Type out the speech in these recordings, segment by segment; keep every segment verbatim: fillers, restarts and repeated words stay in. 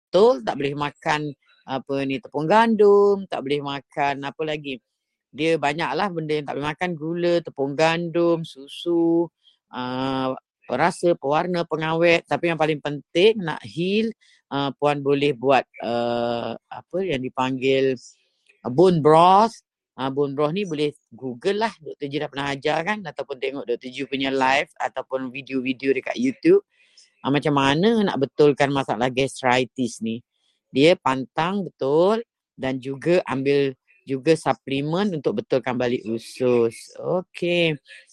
betul, tak boleh makan apa ni tepung gandum, tak boleh makan apa lagi. Dia banyaklah benda yang tak boleh makan, gula, tepung gandum, susu, uh, perasa, pewarna, pengawet. Tapi yang paling penting nak heal, uh, puan boleh buat uh, apa yang dipanggil uh, bone broth. Uh, bone broth ni boleh Google lah, Doktor Ju dah pernah ajar kan, ataupun tengok Doktor Ju punya live ataupun video-video dekat YouTube. Uh, macam mana nak betulkan masalah gastritis ni. Dia pantang betul dan juga ambil juga suplemen untuk betulkan balik usus. Okey.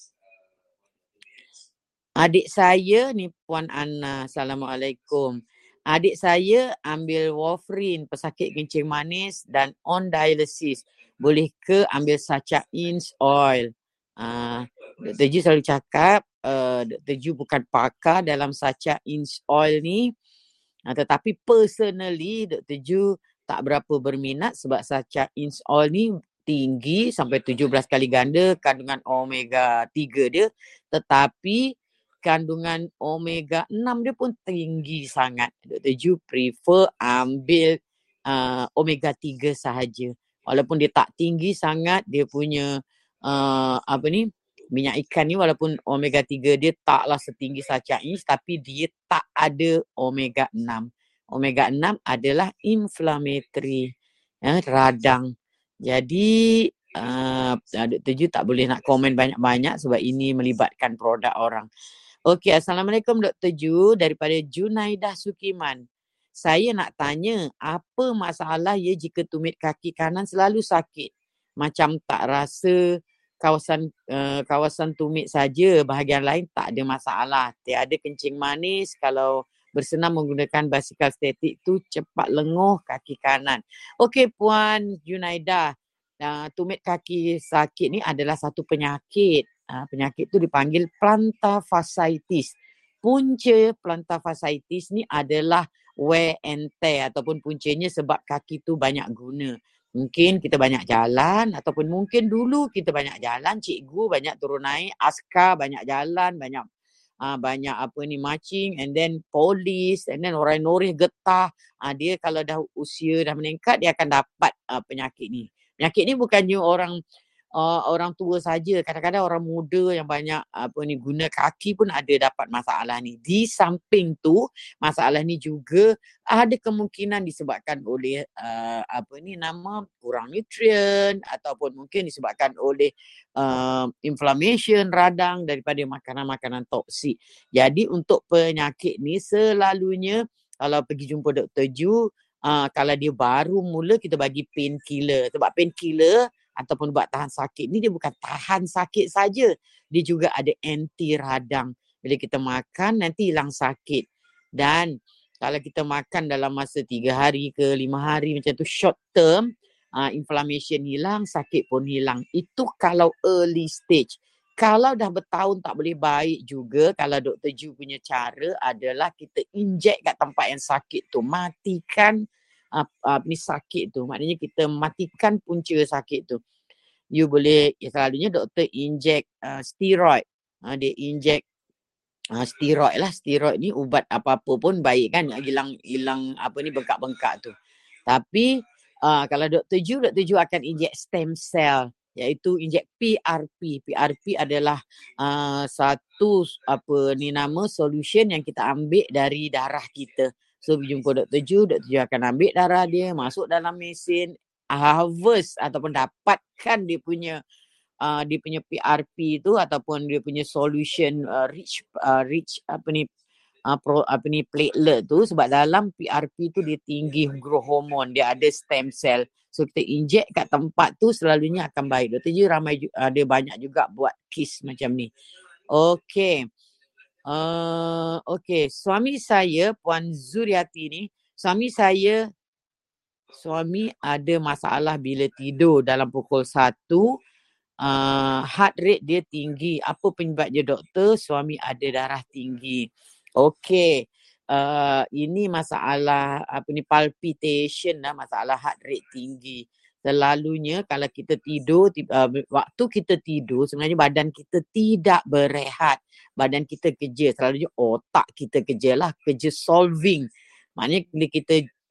Adik saya ni Puan Anna, Assalamualaikum. Adik saya ambil warfarin pesakit kencing manis dan on dialysis. Boleh ke ambil Sacha Inch oil? Uh, Doktor Ju selalu cakap, uh, Doktor Ju bukan pakar dalam Sacha Inch oil ni. Uh, tetapi personally Doktor Ju tak berapa berminat sebab Sacha Inch oil ni tinggi sampai tujuh belas kali ganda kandungan omega tiga dia. Tetapi kandungan omega enam dia pun tinggi sangat. Doktor Ju prefer ambil uh, omega tiga sahaja. Walaupun dia tak tinggi sangat, dia punya uh, apa ni, minyak ikan ni walaupun omega tiga dia taklah setinggi Sacha Inch, tapi dia tak ada omega enam. Omega enam adalah inflammatory, eh, radang. Jadi uh, Doktor Ju tak boleh nak komen banyak-banyak sebab ini melibatkan produk orang. Okey, Assalamualaikum Doktor Ju, daripada Junaidah Sukiman. Saya nak tanya, apa masalah ya jika tumit kaki kanan selalu sakit? Macam tak rasa kawasan uh, kawasan tumit saja, bahagian lain tak ada masalah. Tiada kencing manis, kalau bersenam menggunakan basikal statik tu cepat lenguh kaki kanan. Okey Puan Junaidah, uh, tumit kaki sakit ni adalah satu penyakit. Uh, penyakit tu dipanggil plantar fasciitis. Punca plantar fasciitis ni adalah wear and tear ataupun puncanya sebab kaki tu banyak guna. Mungkin kita banyak jalan ataupun mungkin dulu kita banyak jalan, cikgu banyak turun naik, askar banyak jalan, banyak uh, banyak apa ni marching, and then polis, and then orang norih getah. Uh, dia kalau dah usia dah meningkat, dia akan dapat uh, penyakit ni. Penyakit ni bukannya orang Uh, orang tua saja, kadang-kadang orang muda yang banyak apa ni guna kaki pun ada dapat masalah ni. Di samping tu, masalah ni juga ada kemungkinan disebabkan oleh uh, apa ni nama kurang nutrien ataupun mungkin disebabkan oleh uh, inflammation radang daripada makanan-makanan toksik. Jadi untuk penyakit ni selalunya kalau pergi jumpa Doktor Ju, uh, kalau dia baru mula kita bagi painkiller. Sebab painkiller ataupun buat tahan sakit ni dia bukan tahan sakit saja, dia juga ada anti radang. Bila kita makan nanti hilang sakit. Dan kalau kita makan dalam masa tiga hari ke lima hari macam tu short term, uh, inflammation hilang, sakit pun hilang. Itu kalau early stage. Kalau dah bertahun tak boleh baik juga, kalau Doktor Ju punya cara adalah kita inject kat tempat yang sakit tu, matikan Uh, uh, ni sakit tu, maknanya kita matikan punca sakit tu. You boleh, ya, selalunya doktor inject uh, steroid. Uh, dia inject uh, steroid lah. Steroid ni ubat apa-apa pun baik kan, hilang hilang apa ni bengkak-bengkak tu. Tapi uh, kalau Doktor Ju, Doktor Ju akan inject stem cell, iaitu inject P R P. P R P adalah uh, satu apa ni nama solution yang kita ambil dari darah kita. So berjumpa Doktor Ju, Doktor Ju akan ambil darah dia, masuk dalam mesin, harvest ataupun dapatkan dia punya uh, dia punya P R P tu ataupun dia punya solution uh, rich uh, rich apa ni uh, pro, apa ni platelet tu, sebab dalam P R P tu dia tinggi growth hormone, dia ada stem cell. So kita inject kat tempat tu selalunya akan baik. Doktor Ju ramai uh, dia banyak juga buat kes macam ni. Okey. Uh, Okey, suami saya Puan Zuriati ni, suami saya suami ada masalah bila tidur dalam pukul satu, uh, heart rate dia tinggi. Apa penyebabnya doktor? Suami ada darah tinggi. Okey, uh, ini masalah apa ni palpitation lah, masalah heart rate tinggi. Selalunya kalau kita tidur, uh, waktu kita tidur sebenarnya badan kita tidak berehat. Badan kita kerja, selalunya otak kita kerja lah, kerja solving. Maknanya bila kita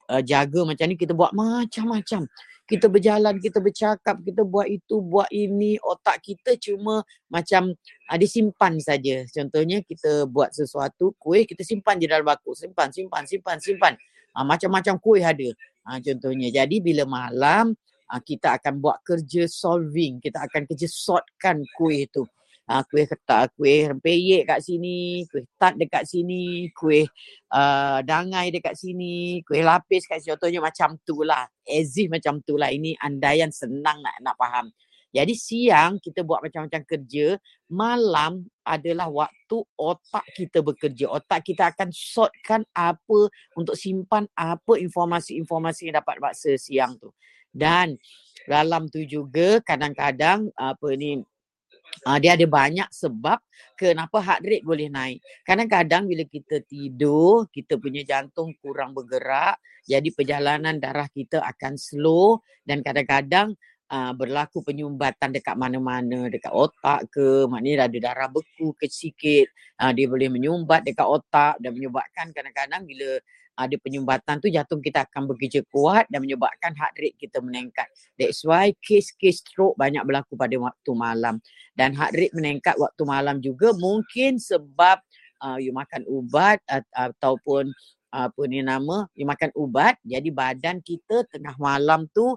uh, jaga macam ni, kita buat macam-macam. Kita berjalan, kita bercakap, kita buat itu, buat ini. Otak kita cuma macam uh, disimpan saja. Contohnya kita buat sesuatu, kuih kita simpan je dalam bakul. Simpan, simpan, simpan, simpan. Uh, macam-macam kuih ada. Uh, contohnya. Jadi bila malam, uh, kita akan buat kerja solving. Kita akan kerja sortkan kuih tu. Uh, kuih ketak, kuih rempeyek kat sini, kuih tart dekat sini, kuih uh, dangai dekat sini, kuih lapis kat sini. Contohnya macam tu lah. As if macam tu lah. Ini andaian senang nak nak faham. Jadi siang kita buat macam-macam kerja. Malam adalah waktu otak kita bekerja. Otak kita akan sortkan apa untuk simpan apa informasi-informasi yang dapat baksa siang tu. Dan dalam tu juga kadang-kadang apa ni, Uh, dia ada banyak sebab kenapa heart rate boleh naik. Kadang-kadang bila kita tidur, kita punya jantung kurang bergerak, jadi perjalanan darah kita akan slow dan kadang-kadang uh, berlaku penyumbatan dekat mana-mana, dekat otak ke, maknanya ada darah beku ke sikit, uh, dia boleh menyumbat dekat otak dan menyebabkan kadang-kadang bila ada penyumbatan tu jantung kita akan bekerja kuat dan menyebabkan heart rate kita meningkat. That's why kes-kes stroke banyak berlaku pada waktu malam. Dan heart rate meningkat waktu malam juga mungkin sebab uh, you makan ubat uh, ataupun uh, apa ni nama, you makan ubat, jadi badan kita tengah malam tu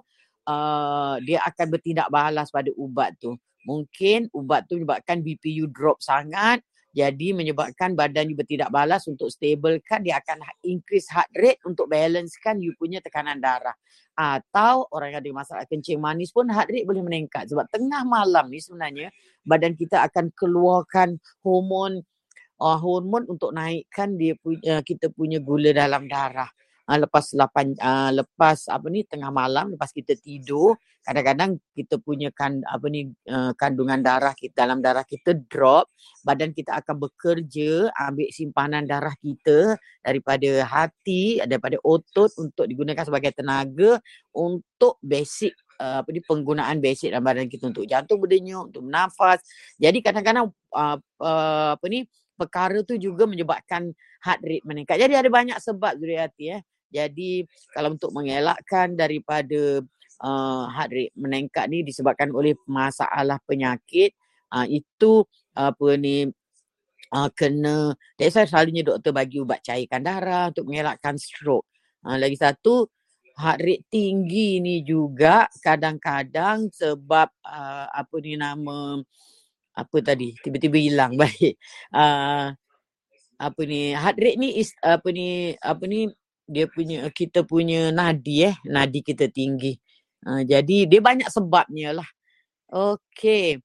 uh, dia akan bertindak balas pada ubat tu. Mungkin ubat tu menyebabkan B P you drop sangat, jadi menyebabkan badan you bertindak balas untuk stablekan, dia akan increase heart rate untuk balancekan you punya tekanan darah. Atau orang yang ada masalah kencing manis pun heart rate boleh meningkat. Sebab tengah malam ni sebenarnya badan kita akan keluarkan hormon uh, hormon untuk naikkan dia punya, kita punya gula dalam darah. Uh, lepas lapan, uh, lepas apa ni tengah malam, lepas kita tidur, kadang-kadang kita punya kan apa ni uh, kandungan darah kita dalam darah kita drop, badan kita akan bekerja ambil simpanan darah kita daripada hati, daripada otot untuk digunakan sebagai tenaga untuk basic uh, apa ni penggunaan basic dalam badan kita, untuk jantung berdenyut, untuk bernafas. Jadi kadang-kadang uh, uh, apa ni perkara tu juga menyebabkan heart rate meningkat. Jadi ada banyak sebab Zuriati eh. Jadi kalau untuk mengelakkan daripada uh, heart rate meningkat ni disebabkan oleh masalah penyakit, uh, itu apa ni uh, kena, that's why selalunya doktor bagi ubat cairkan darah untuk mengelakkan stroke. Uh, lagi satu, heart rate tinggi ni juga kadang-kadang sebab uh, apa ni nama, apa tadi, tiba-tiba hilang balik. Uh, apa ni, heart rate ni is apa ni, apa ni, dia punya, kita punya nadi eh, nadi kita tinggi. Uh, jadi dia banyak sebabnya lah. Okey.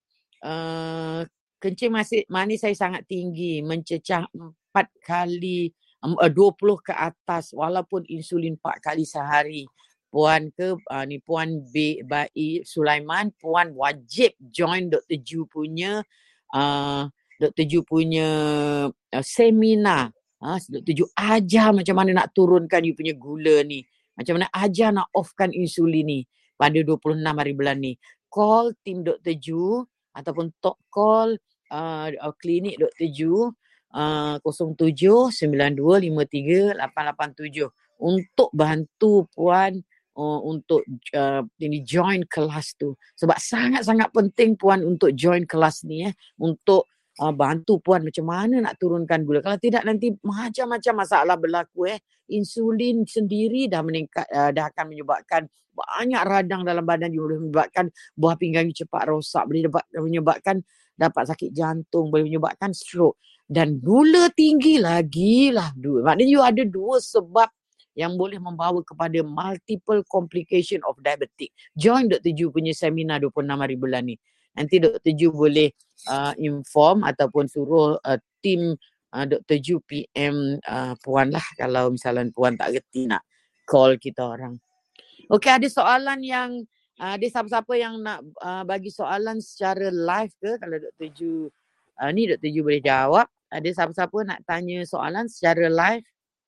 Uh, kencing manis, manis saya sangat tinggi, mencecah empat kali, uh, dua puluh ke atas walaupun insulin empat kali sehari. Puan ke, uh, ni Puan B, Bai Sulaiman, Puan wajib join Doktor Ju punya, uh, Doktor Ju punya uh, seminar. Ha, Doktor Ju ajar macam mana nak turunkan you punya gula ni. Macam mana ajar nak offkan insulin ni pada dua puluh enam hari bulan ni. Call tim Doktor Ju ataupun talk call uh, klinik Doktor Ju uh, kosong tujuh sembilan dua lima tiga lapan lapan tujuh untuk bantu Puan uh, untuk uh, ini join kelas tu. Sebab sangat-sangat penting Puan untuk join kelas ni eh, untuk Uh, bantu Puan macam mana nak turunkan gula. Kalau tidak nanti macam-macam masalah berlaku eh. Insulin sendiri dah meningkat, uh, dah akan menyebabkan banyak radang dalam badan, boleh menyebabkan buah pinggang cepat rosak, boleh menyebabkan dapat sakit jantung, boleh menyebabkan stroke. Dan gula tinggi lagi lah dua. Maknanya you ada dua sebab yang boleh membawa kepada multiple complication of diabetic. Join Doktor Ju punya seminar dua puluh enam hari bulan ni. Nanti Doktor Ju boleh uh, inform ataupun suruh uh, tim uh, Doktor Ju P M uh, Puan lah kalau misalnya Puan tak reti nak call kita orang. Okey, ada soalan yang uh, ada siapa-siapa yang nak uh, bagi soalan secara live ke? Kalau Doktor Ju uh, ni Doktor Ju boleh jawab. Ada siapa-siapa nak tanya soalan secara live?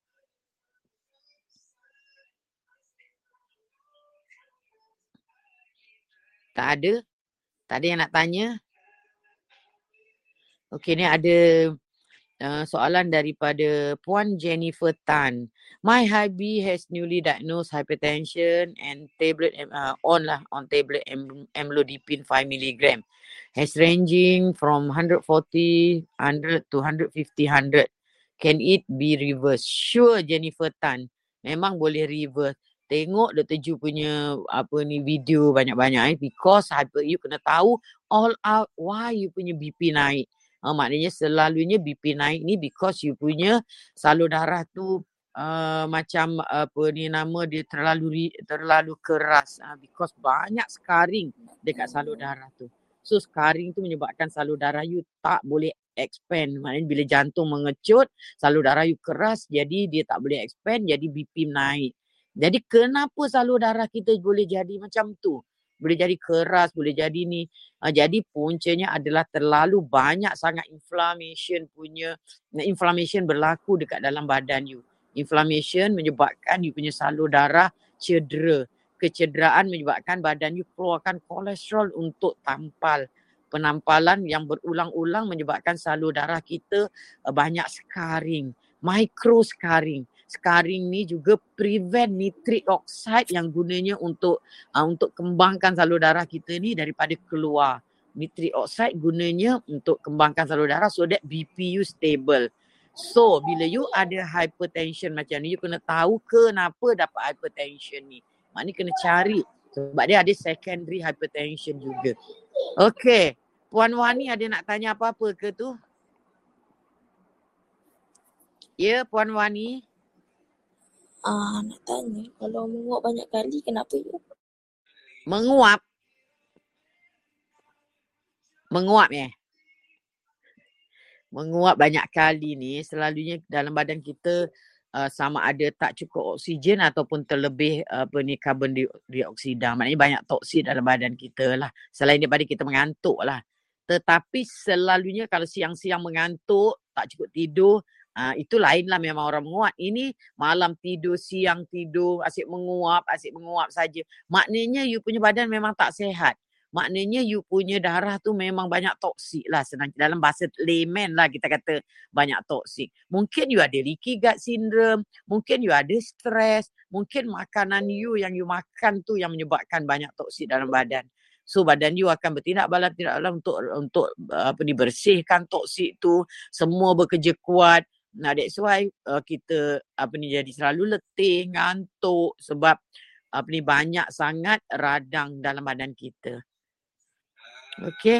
Tak ada? Tak ada yang nak tanya? Okey, ni ada Uh, soalan daripada Puan Jennifer Tan. My hubby has newly diagnosed hypertension and tablet uh, on lah on tablet am- amlodipine five milligram. Has ranging from one forty, one hundred to one fifty, one hundred. Can it be reversed? Sure Jennifer Tan. Memang boleh reverse. Tengok Doktor Ju punya apa ni video banyak-banyak eh because hyper you kena tahu all out why you punya B P naik. Uh, maknanya selalunya B P naik ni because you punya salur darah tu uh, macam apa ni nama dia terlalu terlalu keras uh, because banyak scarring dekat salur darah tu. So scarring tu menyebabkan salur darah you tak boleh expand. Maknanya bila jantung mengecut, salur darah you keras jadi dia tak boleh expand, jadi B P naik. Jadi kenapa salur darah kita boleh jadi macam tu? Boleh jadi keras, boleh jadi ni. Uh, jadi puncanya adalah terlalu banyak sangat inflammation punya, inflammation berlaku dekat dalam badan you. Inflammation menyebabkan you punya salur darah cedera. Kecederaan menyebabkan badan you keluarkan kolesterol untuk tampal. Penampalan yang berulang-ulang menyebabkan salur darah kita uh, banyak scarring, micro scarring. Scarring ni juga prevent nitric oxide yang gunanya untuk uh, untuk kembangkan salur darah kita ni daripada keluar. Nitric oxide gunanya untuk kembangkan salur darah so that B P you stable. So bila you ada hypertension macam ni, you kena tahu kenapa dapat hypertension ni. Maknanya kena cari sebab dia ada secondary hypertension juga. Okey, Puan Wani ada nak tanya apa-apa ke tu? Ya, Puan Wani. Ah, nak tanya, kalau menguap banyak kali kenapa ya? Menguap? Menguap eh? Menguap banyak kali ni selalunya dalam badan kita uh, sama ada tak cukup oksigen ataupun terlebih uh, apa ni karbon dioksida. Maknanya banyak toksin dalam badan kita lah. Selain daripada kita mengantuk lah. Tetapi selalunya kalau siang-siang mengantuk, tak cukup tidur, Uh, itu lain lah memang orang menguap. Ini malam tidur, siang tidur, asyik menguap, asyik menguap saja. Maknanya you punya badan memang tak sihat. Maknanya you punya darah tu memang banyak toksik lah. Senang, dalam bahasa layman lah kita kata banyak toksik. Mungkin you ada leaky gut syndrome, mungkin you ada stres, mungkin makanan you yang you makan tu yang menyebabkan banyak toksik dalam badan. So badan you akan bertindak balas tindak balas untuk untuk apa dibersihkan toksik tu, semua bekerja kuat. Nah, that's why uh, kita apa ni jadi selalu letih, ngantuk sebab apa ni banyak sangat radang dalam badan kita. Okey.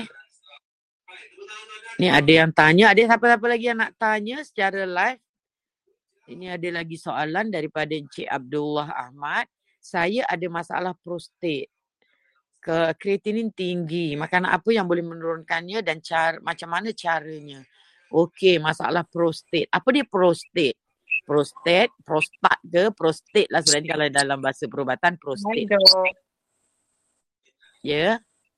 Ni ada yang tanya, ada siapa-siapa lagi yang nak tanya secara live? Ini ada lagi soalan daripada Encik Abdullah Ahmad. Saya ada masalah prostat. Ke kreatinin tinggi. Makanan apa yang boleh menurunkannya dan cara macam mana caranya? Okey, masalah prostat. Apa dia prostat? Prostat, prostat ke prostat lah sebenarnya kalau dalam bahasa perubatan prostat. Ya. Yeah.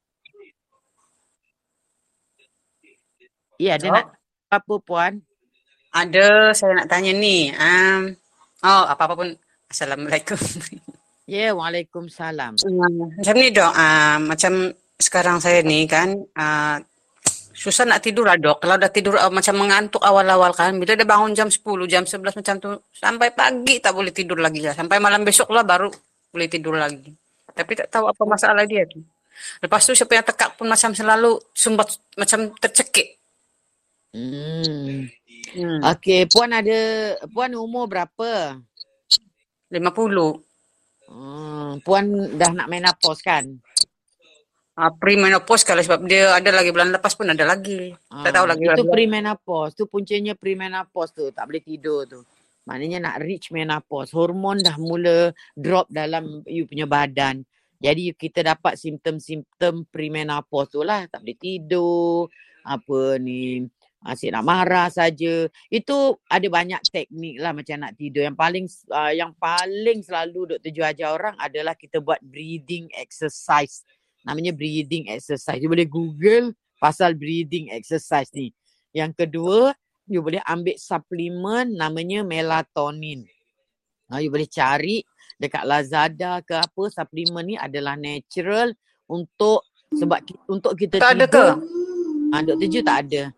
Ya, yeah, ada nak apa Puan? Ada, saya nak tanya ni. Um, oh, apa-apa pun. Assalamualaikum. Ya, yeah, Waalaikumsalam. Uh, macam ni dok, uh, macam sekarang saya ni kan, uh, susah nak tidur lah dok. Kalau dah tidur uh, macam mengantuk awal-awal kan, bila dah bangun jam sepuluh, jam sebelas macam tu, sampai pagi tak boleh tidur lagi lah. Sampai malam besok lah baru boleh tidur lagi. Tapi tak tahu apa masalah dia tu. Lepas tu siapa yang tekak pun macam selalu sumbat, macam tercekik. Hmm. hmm. Okey, Puan ada, Puan umur berapa? lima puluh. Hmm. Puan dah nak menopause kan? Uh, pre-menopause kalau sebab dia ada lagi bulan lepas pun ada lagi. Ah, tak tahu lagi. Itu pre-menopause. Tu puncanya pre-menopause tu. Tak boleh tidur tu. Maknanya nak reach menopause. Hormon dah mula drop dalam you punya badan. Jadi kita dapat simptom-simptom pre-menopause tu lah. Tak boleh tidur. Apa ni. Asyik nak marah saja. Itu ada banyak teknik lah macam nak tidur. Yang paling uh, yang paling selalu Doktor Ju ajar orang adalah kita buat breathing exercise. Namanya breathing exercise. You boleh Google pasal breathing exercise ni. Yang kedua, you boleh ambil suplemen namanya melatonin. Ha, you boleh cari dekat Lazada ke apa, suplemen ni adalah natural untuk sebab ki, untuk kita tak tidur. ada ke? Ha, Doktor Ju tak ada.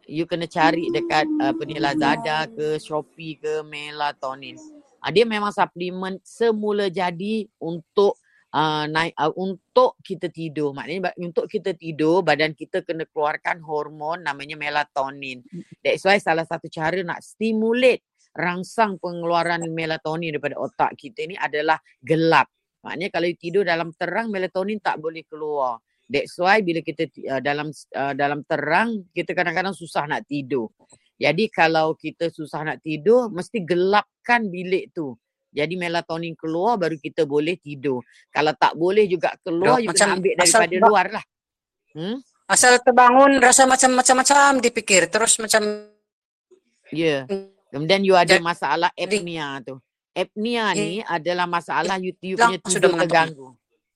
you kena cari dekat apa ni Lazada ke Shopee ke melatonin. Uh, dia memang suplemen semula jadi untuk uh, naik uh, untuk kita tidur. Maknanya untuk kita tidur badan kita kena keluarkan hormon namanya melatonin. That's why salah satu cara nak stimulate rangsang pengeluaran melatonin daripada otak kita ni adalah gelap. Maknanya kalau you tidur dalam terang, melatonin tak boleh keluar. That's why bila kita uh, dalam uh, dalam terang, kita kadang-kadang susah nak tidur. Jadi kalau kita susah nak tidur, mesti gelapkan bilik tu. Jadi melatonin keluar baru kita boleh tidur. Kalau tak boleh juga keluar, Dok, you macam kena ambil asal daripada terba- luar lah. Hmm? asal terbangun rasa macam-macam dipikir. Terus macam Ya. Yeah. Kemudian you ada jadi masalah apnea tu. Apnea ni adalah masalah you, you punya hilang sudah tidur mengantuk. terganggu.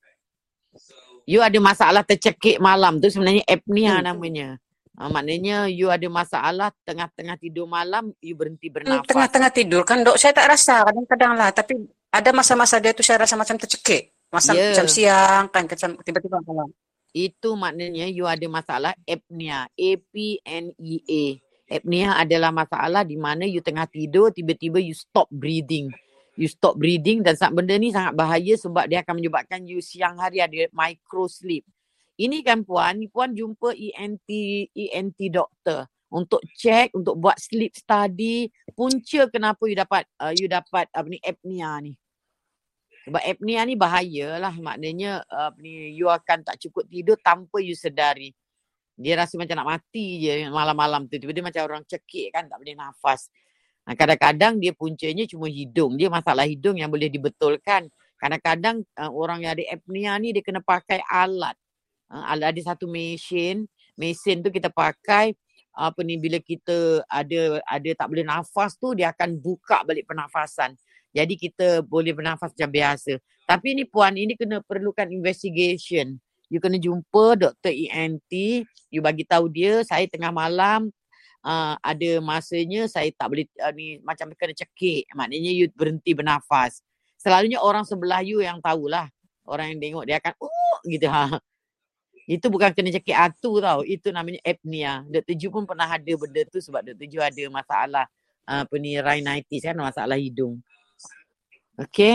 You ada masalah tercekik malam tu sebenarnya apnea Hmm. namanya. Ha, maknanya you ada masalah tengah-tengah tidur malam, you berhenti Hmm, bernafas. Tengah-tengah tidur kan dok, saya tak rasa kadang-kadang lah. Tapi ada masa-masa dia tu saya rasa macam tercekik. Masa Ya, macam siang kan, macam tiba-tiba malam. itu maknanya you ada masalah apnea. A P N E A. Apnea adalah masalah di mana you tengah tidur, tiba-tiba you stop breathing. You stop breathing dan saat benda ni sangat bahaya sebab dia akan menyebabkan you siang hari ada micro sleep. Ini kan puan, ni puan jumpa E N T E N T doktor untuk check, untuk buat sleep study, punca kenapa you dapat uh, you dapat apa ni apnea ni. Sebab apnea ni bahayalah, maknanya uh, apa ni you akan tak cukup tidur tanpa you sedari. Dia rasa macam nak mati je malam-malam tu. Tiba-tiba macam orang cekik kan, tak boleh nafas. Nah, kadang-kadang dia puncanya cuma hidung. Dia masalah hidung yang boleh dibetulkan. Kadang-kadang uh, orang yang ada apnea ni dia kena pakai alat. Uh, ada satu mesin. Mesin tu kita pakai apa ni bila kita ada ada tak boleh nafas tu dia akan buka balik pernafasan. Jadi kita boleh bernafas macam biasa. Tapi ni puan, ini kena perlukan investigation. You kena jumpa doktor E N T, you bagi tahu dia saya tengah malam uh, ada masanya saya tak boleh uh, ni macam kena cekik. Maknanya you berhenti bernafas. Selalunya orang sebelah you yang tahulah. Orang yang tengok dia akan uh gitu ha. Itu bukan kena cekik atu tau. Itu namanya apnea. doktor Ju pun pernah ada benda tu sebab doktor Ju ada masalah uh, apa ni rhinitis kan, masalah hidung. Okey.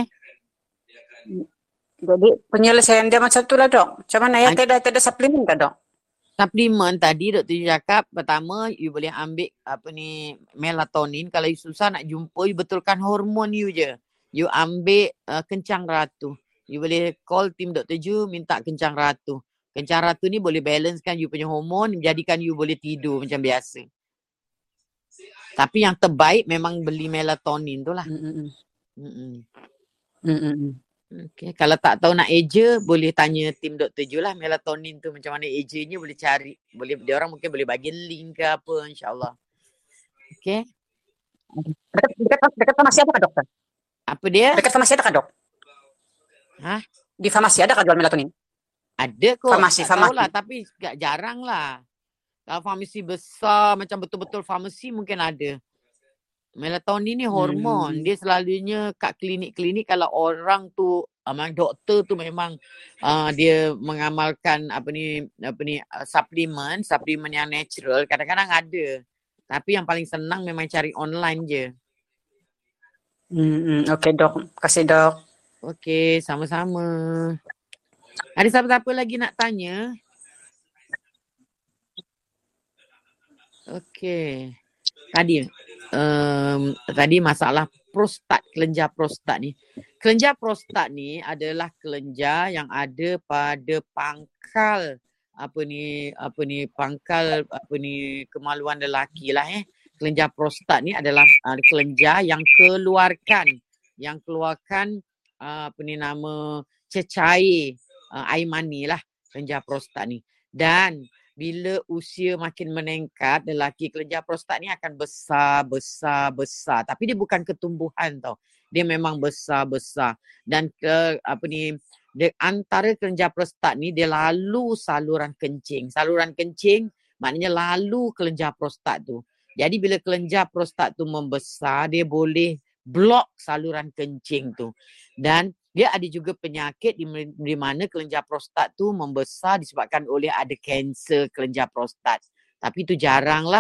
Jadi penyelesaian dia macam tu lah dok. Macam mana ya? An- Tidak ada suplemen tak dok? Suplemen tadi doktor Ju cakap, pertama you boleh ambil apa ni melatonin. Kalau you susah nak jumpa, you betulkan hormon you je. You ambil uh, kencang ratu. You boleh call tim doktor Ju minta kencang ratu. Kencang ratu ni boleh balancekan you punya hormon, jadikan you boleh tidur macam biasa. Tapi yang terbaik memang beli melatonin tu lah. Mm-mm. Mm-mm. Mm-mm. Okay. Kalau tak tahu nak eja, boleh tanya tim doktor Ju lah melatonin tu macam mana ejanya, boleh cari. Boleh, dia orang mungkin boleh bagi link ke apa, insyaAllah. Okay. Dekat, dekat, dekat farmasi ada kah dokter? Apa dia? Dekat farmasi ada kah dok? Hah? Di farmasi ada kah jual melatonin? Ada kot. Farmasi, tak farmasi. tahulah, tapi jarang lah. Kalau farmasi besar, macam betul-betul farmasi mungkin ada. Melatonin ni hormon. Hmm. Dia selalunya kat klinik-klinik kalau orang tu, memang doktor tu memang uh, dia mengamalkan apa ni apa ni uh, suplemen, suplemen yang natural, kadang-kadang ada. Tapi yang paling senang memang cari online je. Hmm, okey dok. Terima kasih dok. Okey, sama-sama. Ada siapa-siapa lagi nak tanya? Okey. Tadi um, tadi masalah prostat, kelenjar prostat ni. Kelenjar prostat ni adalah kelenjar yang ada pada pangkal apa ni apa ni pangkal apa ni kemaluan lelaki lah eh. Kelenjar prostat ni adalah uh, kelenjar yang keluarkan yang keluarkan uh, apa ni nama cecair uh, air mani lah, kelenjar prostat ni. Dan bila usia makin meningkat, lelaki kelenjar prostat ni akan besar, besar, besar. Tapi dia bukan ketumbuhan tau. Dia memang besar, besar. Dan ke apa ni, dia, antara kelenjar prostat ni dia lalu saluran kencing. Saluran kencing maknanya lalu kelenjar prostat tu. Jadi bila kelenjar prostat tu membesar, dia boleh blok saluran kencing tu. Dan dia ada juga penyakit di, di mana kelenjar prostat tu membesar disebabkan oleh ada kanser kelenjar prostat. Tapi itu jarang lah.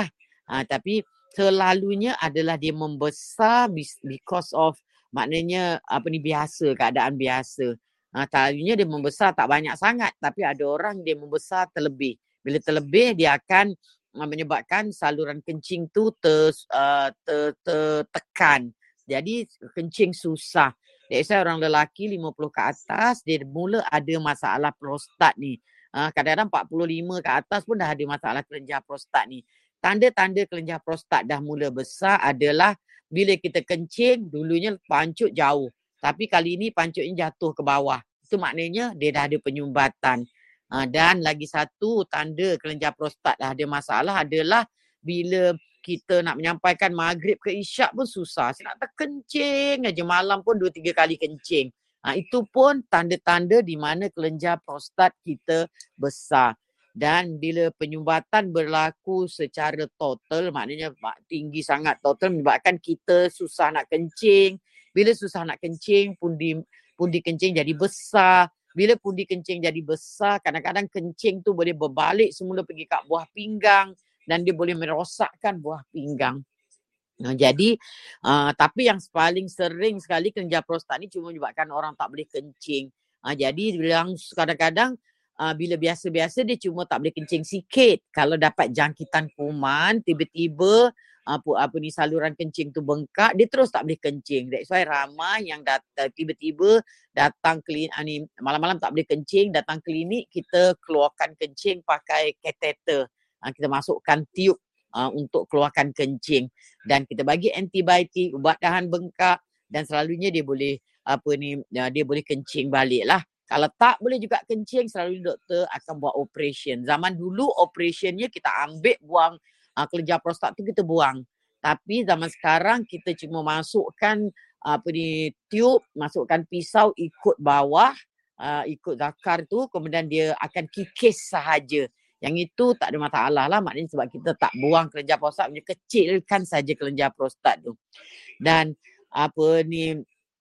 Ha, tapi selalunya adalah dia membesar because of maknanya apa ni biasa, keadaan biasa. Ha, selalunya dia membesar tak banyak sangat tapi ada orang dia membesar terlebih. Bila terlebih dia akan uh, menyebabkan saluran kencing tu ter, uh, ter, tertekan. Jadi kencing susah. That's why orang lelaki lima puluh ke atas dia mula ada masalah prostat ni. Uh, kadang-kadang empat puluh lima ke atas pun dah ada masalah kelenjar prostat ni. Tanda-tanda kelenjar prostat dah mula besar adalah bila kita kencing, dulunya pancut jauh. Tapi kali ini pancutnya jatuh ke bawah. Itu maknanya dia dah ada penyumbatan. Uh, dan lagi satu tanda kelenjar prostat dah ada masalah adalah bila kita nak menyampaikan maghrib ke isyak pun susah. Saya nak terkencing aja, malam pun dua tiga kali kencing. Uh, itu pun tanda-tanda di mana kelenjar prostat kita besar. Dan bila penyumbatan berlaku secara total, maknanya tinggi sangat total menyebabkan kita susah nak kencing. Bila susah nak kencing, pundi pundi kencing jadi besar. Bila pundi kencing jadi besar, kadang-kadang kencing tu boleh berbalik semula pergi kat buah pinggang dan dia boleh merosakkan buah pinggang. Nah, jadi uh, tapi yang paling sering sekali kelenjar prostat ni cuma menyebabkan orang tak boleh kencing. Uh, jadi bilang kadang-kadang Uh, bila biasa-biasa dia cuma tak boleh kencing sikit. Kalau dapat jangkitan kuman, tiba-tiba apa, apa ni saluran kencing tu bengkak, dia terus tak boleh kencing. That's why ramai yang datang, tiba-tiba datang klinik, uh, ni, malam-malam tak boleh kencing, datang klinik, kita keluarkan kencing pakai kateter. Uh, kita masukkan tiup uh, untuk keluarkan kencing. Dan kita bagi antibiotik, ubat tahan bengkak dan selalunya dia boleh apa ni uh, dia boleh kencing balik lah. Kalau tak boleh juga kencing, selalu doktor akan buat operation. Zaman dulu operationnya kita ambil buang uh, kelenjar prostat tu kita buang. Tapi zaman sekarang kita cuma masukkan uh, apa ni tiup, masukkan pisau ikut bawah, uh, ikut zakar tu, kemudian dia akan kikis sahaja. Yang itu tak ada masalah lah, maknanya sebab kita tak buang kelenjar prostat, punya kecilkan saja kelenjar prostat tu. Dan apa ni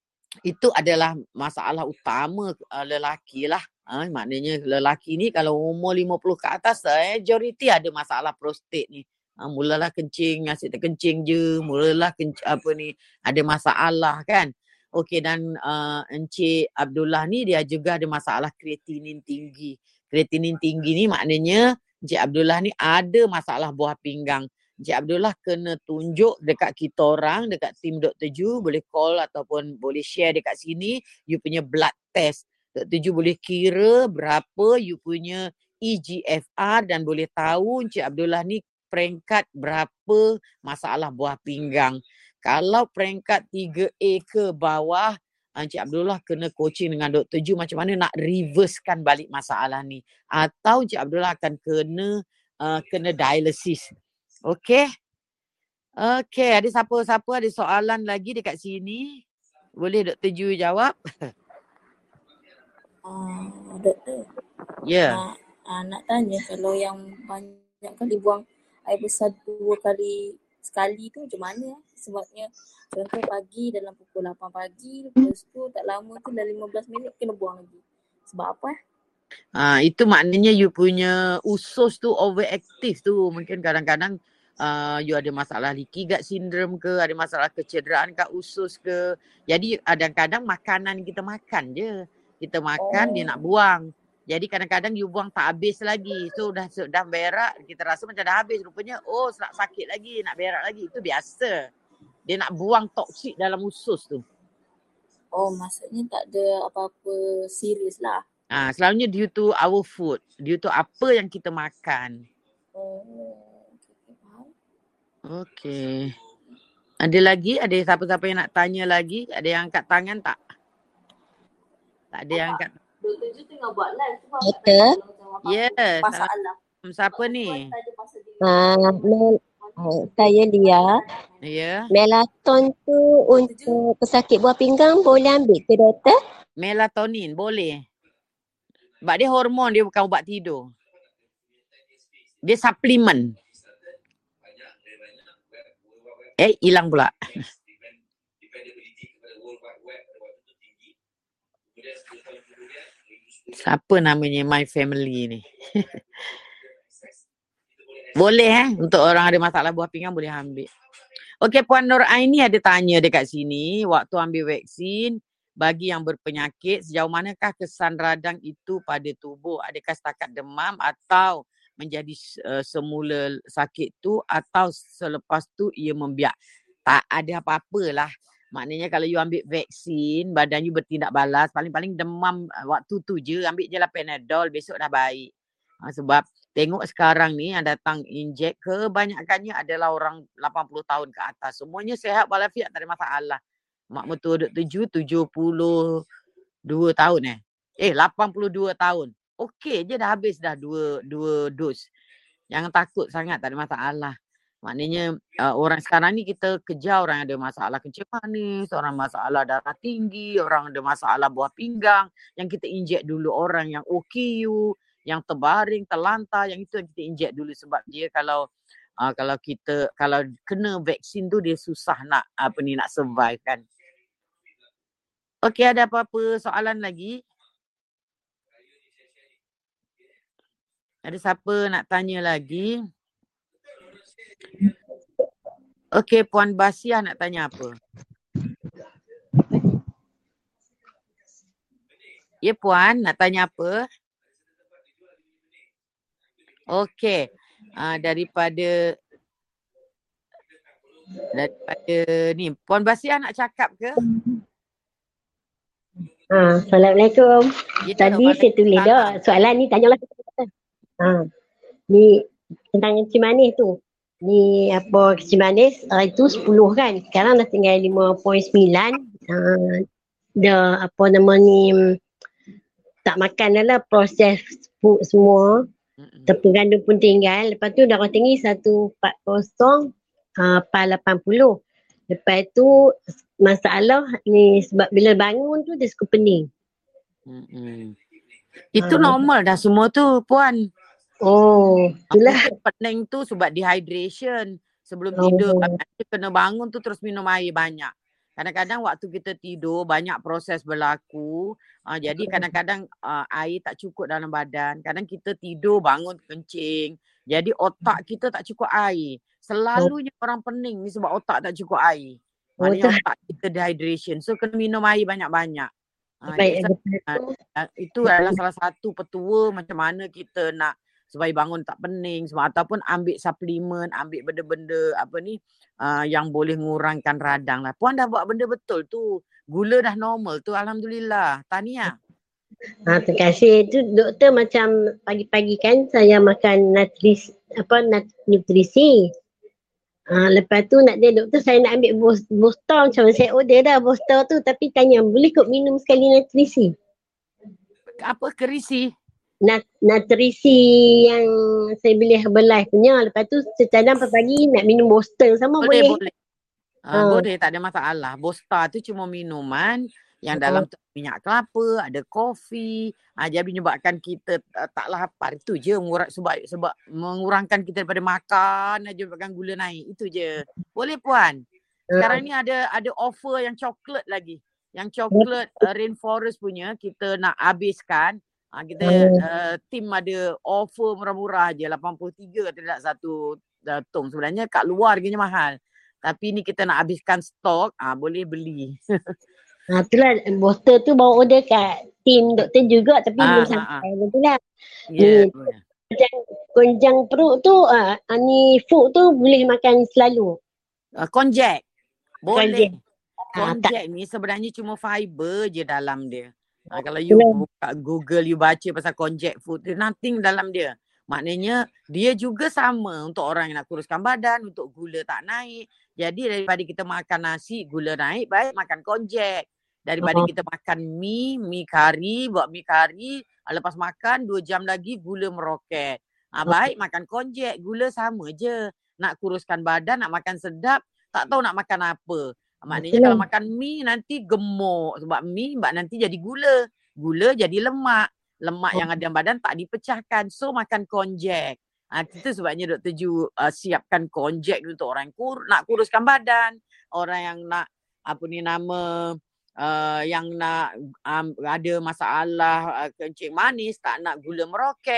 itu adalah masalah utama uh, lelaki lah. Ha, maknanya lelaki ni kalau umur lima puluh ke atas, majoriti ada masalah prostat ni. Ha, mulalah kencing, asyik terkencing je. Mulalah kencing, apa ni, ada masalah kan. Okey, dan uh, Encik Abdullah ni dia juga ada masalah kreatinin tinggi. Kreatinin tinggi ni maknanya Encik Abdullah ni ada masalah buah pinggang. Encik Abdullah kena tunjuk dekat kita orang, dekat tim Doktor Ju, boleh call ataupun boleh share dekat sini, you punya blood test. Doktor Ju boleh kira berapa you punya E G F R dan boleh tahu Encik Abdullah ni peringkat berapa masalah buah pinggang. Kalau peringkat tiga A ke bawah, Encik Abdullah kena coaching dengan Doktor Ju macam mana nak reversekan balik masalah ni. Atau Encik Abdullah akan kena uh, kena dialisis. Okey. Okey, ada siapa-siapa ada soalan lagi dekat sini? Boleh Doktor Ju jawab? Uh, doktor. Ya. Yeah. Uh, uh, nak tanya kalau yang banyak kali buang air besar dua kali sekali tu macam mana? Sebabnya contoh pagi dalam pukul lapan pagi, lepas tu tak lama tu dalam lima belas minit kena buang lagi. Sebab apa eh? Ah, itu maknanya you punya usus tu overactive tu. Mungkin kadang-kadang uh, you ada masalah leaky gut syndrome ke, ada masalah kecederaan kat usus ke. Jadi kadang-kadang makanan kita makan je. Kita makan, oh. dia nak buang. Jadi kadang-kadang you buang tak habis lagi. So dah dah berak, kita rasa macam dah habis. Rupanya oh nak sakit lagi, nak berak lagi. Itu biasa. Dia nak buang toksik dalam usus tu. Oh, maksudnya tak ada apa-apa serius lah. Ah, selalunya due to our food, due to apa yang kita makan. Oh. Okey. Ada lagi? Ada siapa-siapa yang nak tanya lagi? Ada yang angkat tangan tak? Tak ada yang angkat. Doktor Ju tengah buat live. Doktor? Yes. Masalah. Siapa ni? Uh, Mel, uh, saya Lia. Ya. Yeah. Melaton tu untuk pesakit buah pinggang boleh ambil ke doktor? Melatonin boleh. Sebab dia hormon, dia bukan ubat tidur. Dia suplemen. Eh, hilang pula. Siapa namanya My Family ni? Boleh eh. Untuk orang ada masalah buah pinggang boleh ambil. Okey, Puan Nur Aini ada tanya dekat sini. Waktu ambil vaksin, bagi yang berpenyakit, sejauh manakah kesan radang itu pada tubuh? Adakah setakat demam atau menjadi uh, semula sakit tu atau selepas tu ia membiak? Tak ada apa-apalah. Maknanya kalau you ambil vaksin, badan you bertindak balas, paling-paling demam waktu tu je, ambil je lah Panadol, besok dah baik. Ha, sebab tengok sekarang ni yang datang injek kebanyakannya adalah orang lapan puluh tahun ke atas. Semuanya sihat walafiat, tak ada masalah. Mak mertua duk tuju, tujuh puluh dua tahun eh. Eh, lapan puluh dua tahun. Okey je dah habis dah dua, dua dos. Jangan takut sangat, tak ada masalah. Maknanya uh, orang sekarang ni kita kejar orang yang ada masalah kencing manis, orang masalah darah tinggi, orang ada masalah buah pinggang. Yang kita injek dulu orang yang O K U, yang terbaring, terlantar, yang itu yang kita injek dulu sebab dia kalau uh, kalau kita kalau kena vaksin tu dia susah nak apa ni nak survive kan. Okey, ada apa-apa soalan lagi? Ada siapa nak tanya lagi? Okey, Puan Basiah nak tanya apa? Ya Puan, nak tanya apa? Okey, uh, daripada daripada ni, Puan Basiah nak cakap ke? Ha, Assalamualaikum. Ya, Tadi saya tulis dah soalan ni tanyalah. Ha, ni tentang kencing manis tu. Ni apa kencing manis hari tu sepuluh kan. Sekarang dah tinggal lima perpuluhan sembilan. Uh, dah apa nama ni tak makan dah lah proses food semua. Tepung gandum pun tinggal. Lepas tu darah tinggi seratus empat puluh, uh, lapan puluh. Lepas tu masalah ni sebab bila bangun tu dia suka pening. Hmm. Itu normal dah semua tu Puan. Oh, itulah. Pening tu sebab dehydration. Sebelum Oh. tidur kena bangun tu terus minum air banyak. Kadang-kadang waktu kita tidur banyak proses berlaku. Uh, jadi kadang-kadang uh, air tak cukup dalam badan. Kadang kita tidur bangun kencing. Jadi otak kita tak cukup air. Selalunya oh. orang pening ni sebab otak tak cukup air. Maknanya oh, otak kita dehydration. So kena minum air banyak-banyak. Uh, Baik, jadi, uh, itu adalah salah satu petua macam mana kita nak supaya bangun tak pening semua, ataupun ambil suplemen, ambil benda-benda apa ni uh, yang boleh mengurangkan radang lah. Puan dah buat benda betul tu. Gula dah normal tu, alhamdulillah. Tahniah. Ha, terima kasih. Tu doktor macam pagi-pagi kan saya makan nutrisi apa nat, nutrisi. Ha, lepas tu nak dia doktor saya nak ambil booster macam saya order dah booster tu tapi tanya boleh kok minum sekali nutrisi? Apa kerisi? Nat, nutrisi yang saya beli Herbalife punya. Lepas tu secadang pagi nak minum booster sama boleh? Boleh, boleh. Uh, uh. Boleh, tak ada masalah. Booster tu cuma minuman yang uh. dalam tu minyak kelapa, ada kopi. Uh, jadi menyebabkan kita uh, tak lapar. Itu je mengurang, sebab, sebab mengurangkan kita daripada makan aja menyebabkan gula naik. Itu je. Boleh Puan. Sekarang uh. ni ada ada offer yang coklat lagi. Yang coklat uh, Rainforest punya kita nak habiskan. Ha, kita uh, tim ada offer murah-murah je lapan puluh tiga tidak satu uh, tong. Sebenarnya kat luar harganya mahal. Tapi ni kita nak habiskan stok, ah ha, boleh beli. Ha, itulah booster tu bawa order kat tim doktor juga tapi ha, belum ha, sampai. Ha. Itulah. Yeah, ni konjang perut tu ah ha, ni food tu boleh makan selalu. Uh, konjac. Boleh. Konjac ha, ni sebenarnya cuma fiber je dalam dia. Ha, kalau you buka Google, you baca pasal konjac food, there's nothing dalam dia. Maknanya dia juga sama untuk orang yang nak kuruskan badan, untuk gula tak naik. Jadi daripada kita makan nasi, gula naik, baik makan konjac. Daripada uh-huh. kita makan mi, mi kari, buat mi kari, lepas makan dua jam lagi gula meroket. Ha, baik makan konjac, gula sama je. Nak kuruskan badan, nak makan sedap, tak tahu nak makan apa. Maknanya kalau makan mi nanti gemuk sebab mi sebab nanti jadi gula. Gula jadi lemak. Lemak oh. yang ada dalam badan tak dipecahkan. So makan konjac. Ha, itu sebabnya Doktor Ju uh, siapkan konjac untuk orang kur nak kuruskan badan. Orang yang nak apa ni nama uh, yang nak um, ada masalah uh, kencing manis, tak nak gula meroket.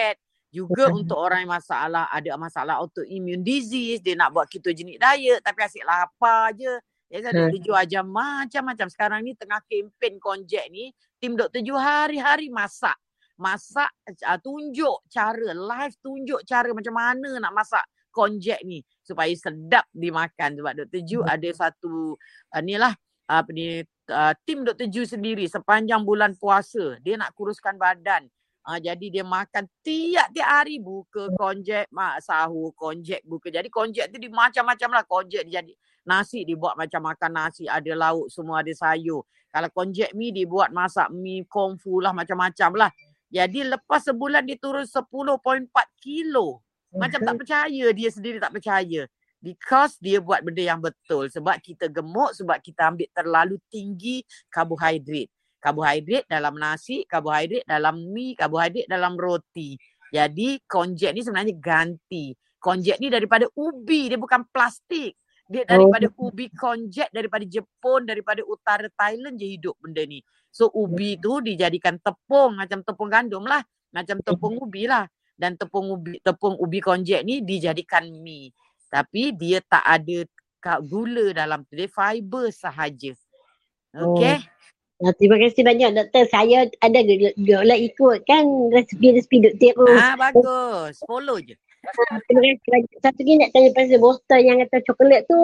Juga untuk orang yang masalah, ada masalah autoimmune disease, dia nak buat ketogenic diet tapi asyik lapar je. Ya, Ha. Doktor Ju ajar macam-macam. Sekarang ni tengah kempen Konjac ni, tim Doktor Ju hari-hari masak. Masak, uh, tunjuk cara, live tunjuk cara macam mana nak masak Konjac ni supaya sedap dimakan. Sebab Doktor Ju ada satu, uh, ni lah, apa ni, uh, tim Doktor Ju sendiri sepanjang bulan puasa. Dia nak kuruskan badan. Uh, jadi dia makan tiap-tiap hari buka konjac, mak sahur konjac buka. Jadi konjac tu di macam-macam lah. Konjac jadi nasi dibuat macam makan nasi. Ada lauk semua, ada sayur. Kalau konjac mi dibuat masak mi kungfu lah macam-macam lah. Jadi lepas sebulan dia turun sepuluh perpuluhan empat kilo. Macam tak percaya, dia sendiri tak percaya. Because dia buat benda yang betul. Sebab kita gemuk, sebab kita ambil terlalu tinggi karbohidrat. Karbohidrat dalam nasi, karbohidrat dalam mi, karbohidrat dalam roti. Jadi konjac ni sebenarnya ganti. Konjac ni daripada ubi, dia bukan plastik. Dia daripada oh. ubi konjac, daripada Jepun, daripada utara Thailand je hidup benda ni. So ubi tu dijadikan tepung, macam tepung gandum lah. Macam tepung ubi lah. Dan tepung ubi, tepung ubi konjac ni dijadikan mi. Tapi dia tak ada gula dalam tu. Dia fiber sahaja. Okay. Oh. Nah, terima kasih banyak doktor. Saya ada lah ikut kan resepi-resepi doktor tu. Ah, bagus. Follow je. Ah, terima kasih banyak. Satu lagi nak tanya pasal botol yang kata coklat tu,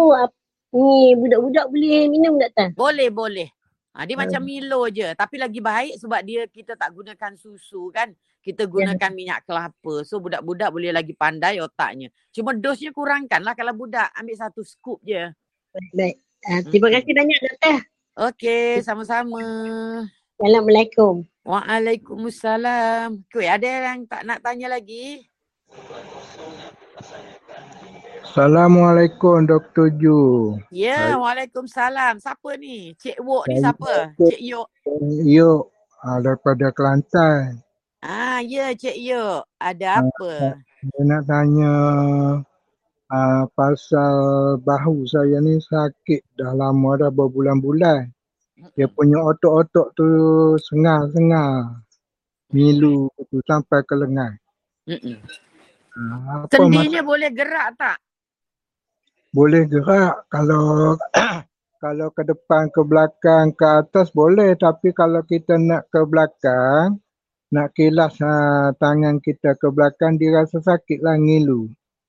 ni budak-budak boleh minum doktor? Boleh, boleh. Ha, dia hmm. macam Milo je. Tapi lagi baik sebab dia kita tak gunakan susu kan. Kita gunakan yeah. minyak kelapa. So budak-budak boleh lagi pandai otaknya. Cuma dosnya kurangkan lah kalau budak. Ambil satu scoop je. Baik. Uh, terima hmm. kasih banyak doktor. Okey, sama-sama. Assalamualaikum. Waalaikumsalam. Kuih, ada yang tak nak tanya lagi? Assalamualaikum Doktor Ju. Ya, Waalaikumsalam. Siapa ni? Cik Wok ni siapa? Cik Yok. Yok, daripada Kelantan. Ah, ya Cik Yok. Ada apa? Saya nak tanya Uh, pasal bahu saya ni sakit dah lama dah berbulan-bulan. Dia punya otot-otot tu sengar-sengar. Milu tu sampai ke lengan. Uh, Sendinya boleh gerak tak? Boleh gerak. Kalau kalau ke depan, ke belakang, ke atas boleh. Tapi kalau kita nak ke belakang, nak kilas uh, tangan kita ke belakang, dia rasa sakit lah, ngilu.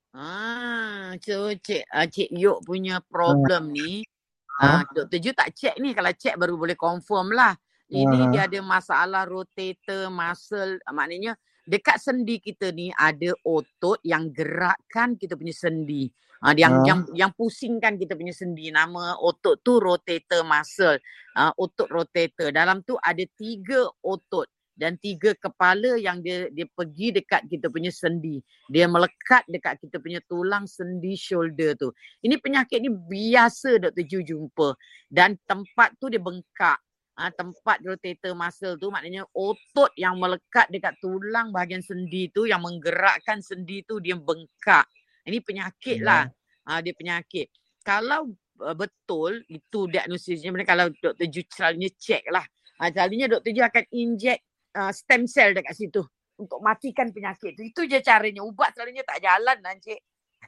Ah, so cik, uh, Cik Yok punya problem ni, uh, Doktor Ju tak check ni. Kalau check baru boleh confirm lah. Ini uh. dia ada masalah rotator muscle. Uh, maknanya dekat sendi kita ni ada otot yang gerakkan kita punya sendi. Uh, yang, uh. yang yang pusingkan kita punya sendi. Nama otot tu rotator muscle. Uh, otot rotator. Dalam tu ada tiga otot. Dan tiga kepala yang dia dia pergi dekat kita punya sendi. Dia melekat dekat kita punya tulang sendi shoulder tu. Ini penyakit ni biasa Doktor Ju jumpa. Dan tempat tu dia bengkak. Ha, tempat rotator muscle tu maknanya otot yang melekat dekat tulang bahagian sendi tu yang menggerakkan sendi tu dia bengkak. Ini penyakit lah. Ha, dia penyakit. Kalau uh, betul itu diagnosisnya, kalau Doktor Ju selalunya check lah. Ha, selalunya Doktor Ju akan inject Uh, stem cell dekat situ untuk matikan penyakit tu. Itu je caranya. Ubat selalunya tak jalan lah Encik.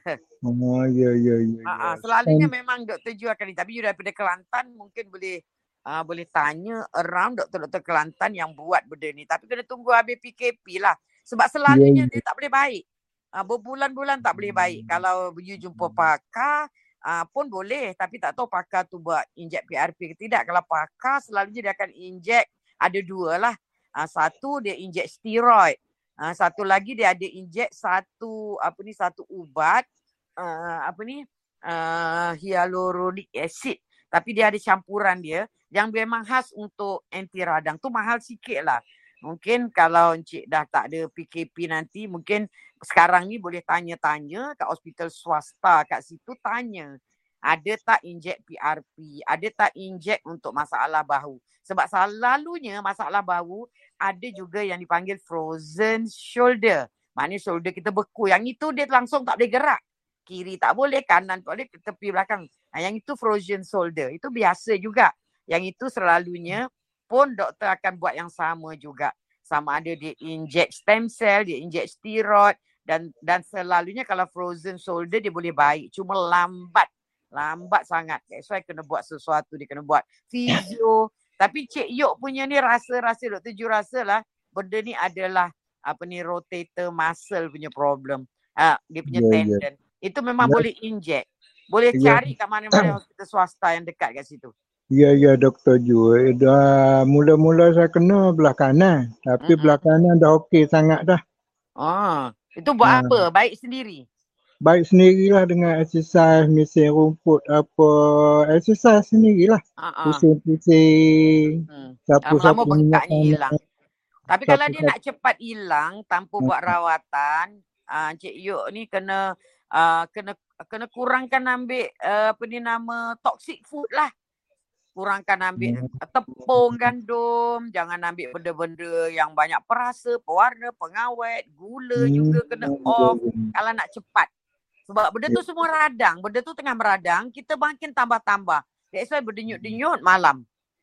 Oh ya ya ya. Uh, selalunya um, memang Doktor Ju akan ni. Tapi you daripada Kelantan mungkin boleh uh, boleh tanya around doktor-doktor Kelantan yang buat benda ni. Tapi kena tunggu habis P K P lah. Sebab selalunya yeah, dia tak boleh baik. Uh, berbulan-bulan tak boleh baik. Hmm. Kalau you jumpa pakar uh, pun boleh. Tapi tak tahu pakar tu buat inject P R P ke tidak. Kalau pakar selalunya dia akan inject, ada dua lah. Uh, satu dia inject steroid. Uh, satu lagi dia ada inject satu apa ni satu ubat uh, apa ni uh, hyaluronic acid. Tapi dia ada campuran dia yang memang khas untuk anti radang. Tu mahal sikit lah. Mungkin kalau Encik dah tak ada P K P nanti, mungkin sekarang ni boleh tanya-tanya kat hospital swasta kat situ, tanya. Ada tak inject P R P? Ada tak inject untuk masalah bahu? Sebab selalunya masalah bahu ada juga yang dipanggil frozen shoulder. Maknanya shoulder kita beku. Yang itu dia langsung tak boleh gerak. Kiri tak boleh, kanan tak boleh, tepi belakang. Nah, yang itu frozen shoulder. Itu biasa juga. Yang itu selalunya pun doktor akan buat yang sama juga. sama ada dia inject stem cell, dia inject steroid dan dan selalunya kalau frozen shoulder dia boleh baik, cuma lambat. Lambat sangat. That's why kena buat sesuatu, dia kena buat fizio. Tapi Cik Yok punya ni rasa-rasa, Doktor Ju rasa lah benda ni adalah apa ni rotator muscle punya problem. Uh, dia punya Ya, ya. tendon. Itu memang Ya. boleh inject. Boleh Ya. cari kat mana-mana hospital swasta yang dekat kat situ. Ya, ya Doktor Ju. Eh, Dah mula-mula saya kena belah kanan. Tapi Mm-mm. belah kanan dah okey sangat dah. Ah, itu buat Ha. apa? Baik sendiri. Baik sendirilah dengan exercise, mesin rumput apa. Exercise sendirilah. Ah, ah. Pusing-pusing. Hmm. Sapu-sapu Lama-lama minyak bengkaknya tanah. hilang. Tapi kalau dia Sapu-sapu. nak cepat hilang tanpa Ha. buat rawatan, uh, Cik Yok ni kena uh, kena kena kurangkan ambil uh, apa ni nama toxic food lah. Kurangkan ambil tepung, gandum, jangan ambil benda-benda yang banyak perasa, pewarna, pengawet, gula Hmm. juga kena off Hmm. kalau nak cepat. Sebab benda tu semua radang, benda tu tengah meradang, kita makin tambah-tambah. That's why berdenyut-denyut malam.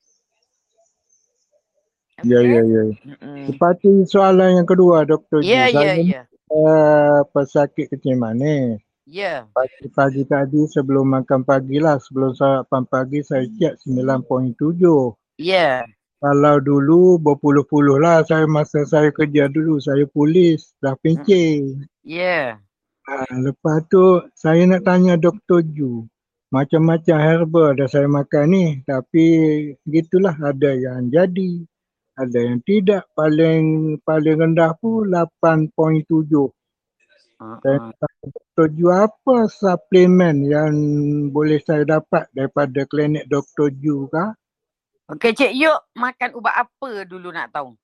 Ya, Okay? ya, ya. Mm-mm. Lepas tu soalan yang kedua Doktor Ju. Ya, ya, Saya ya. uh, pesakit kecil manis. Ya. Pagi-pagi tadi sebelum makan pagi lah, sebelum sarapan pagi saya cek sembilan perpuluhan tujuh. Ya. Kalau dulu berpuluh-puluh lah saya masa saya kerja dulu, saya polis, dah pencing. Ya. Ha, lepas tu saya nak tanya Doktor Ju, macam-macam herba dah saya makan ni, tapi gitulah ada yang jadi, ada yang tidak. Paling paling rendah pun lapan perpuluhan tujuh. Saya Uh-uh. nak tanya Doktor Ju, apa suplemen yang boleh saya dapat daripada klinik Doktor Ju kah? Okey, Cik Yok makan ubat apa dulu nak tahu?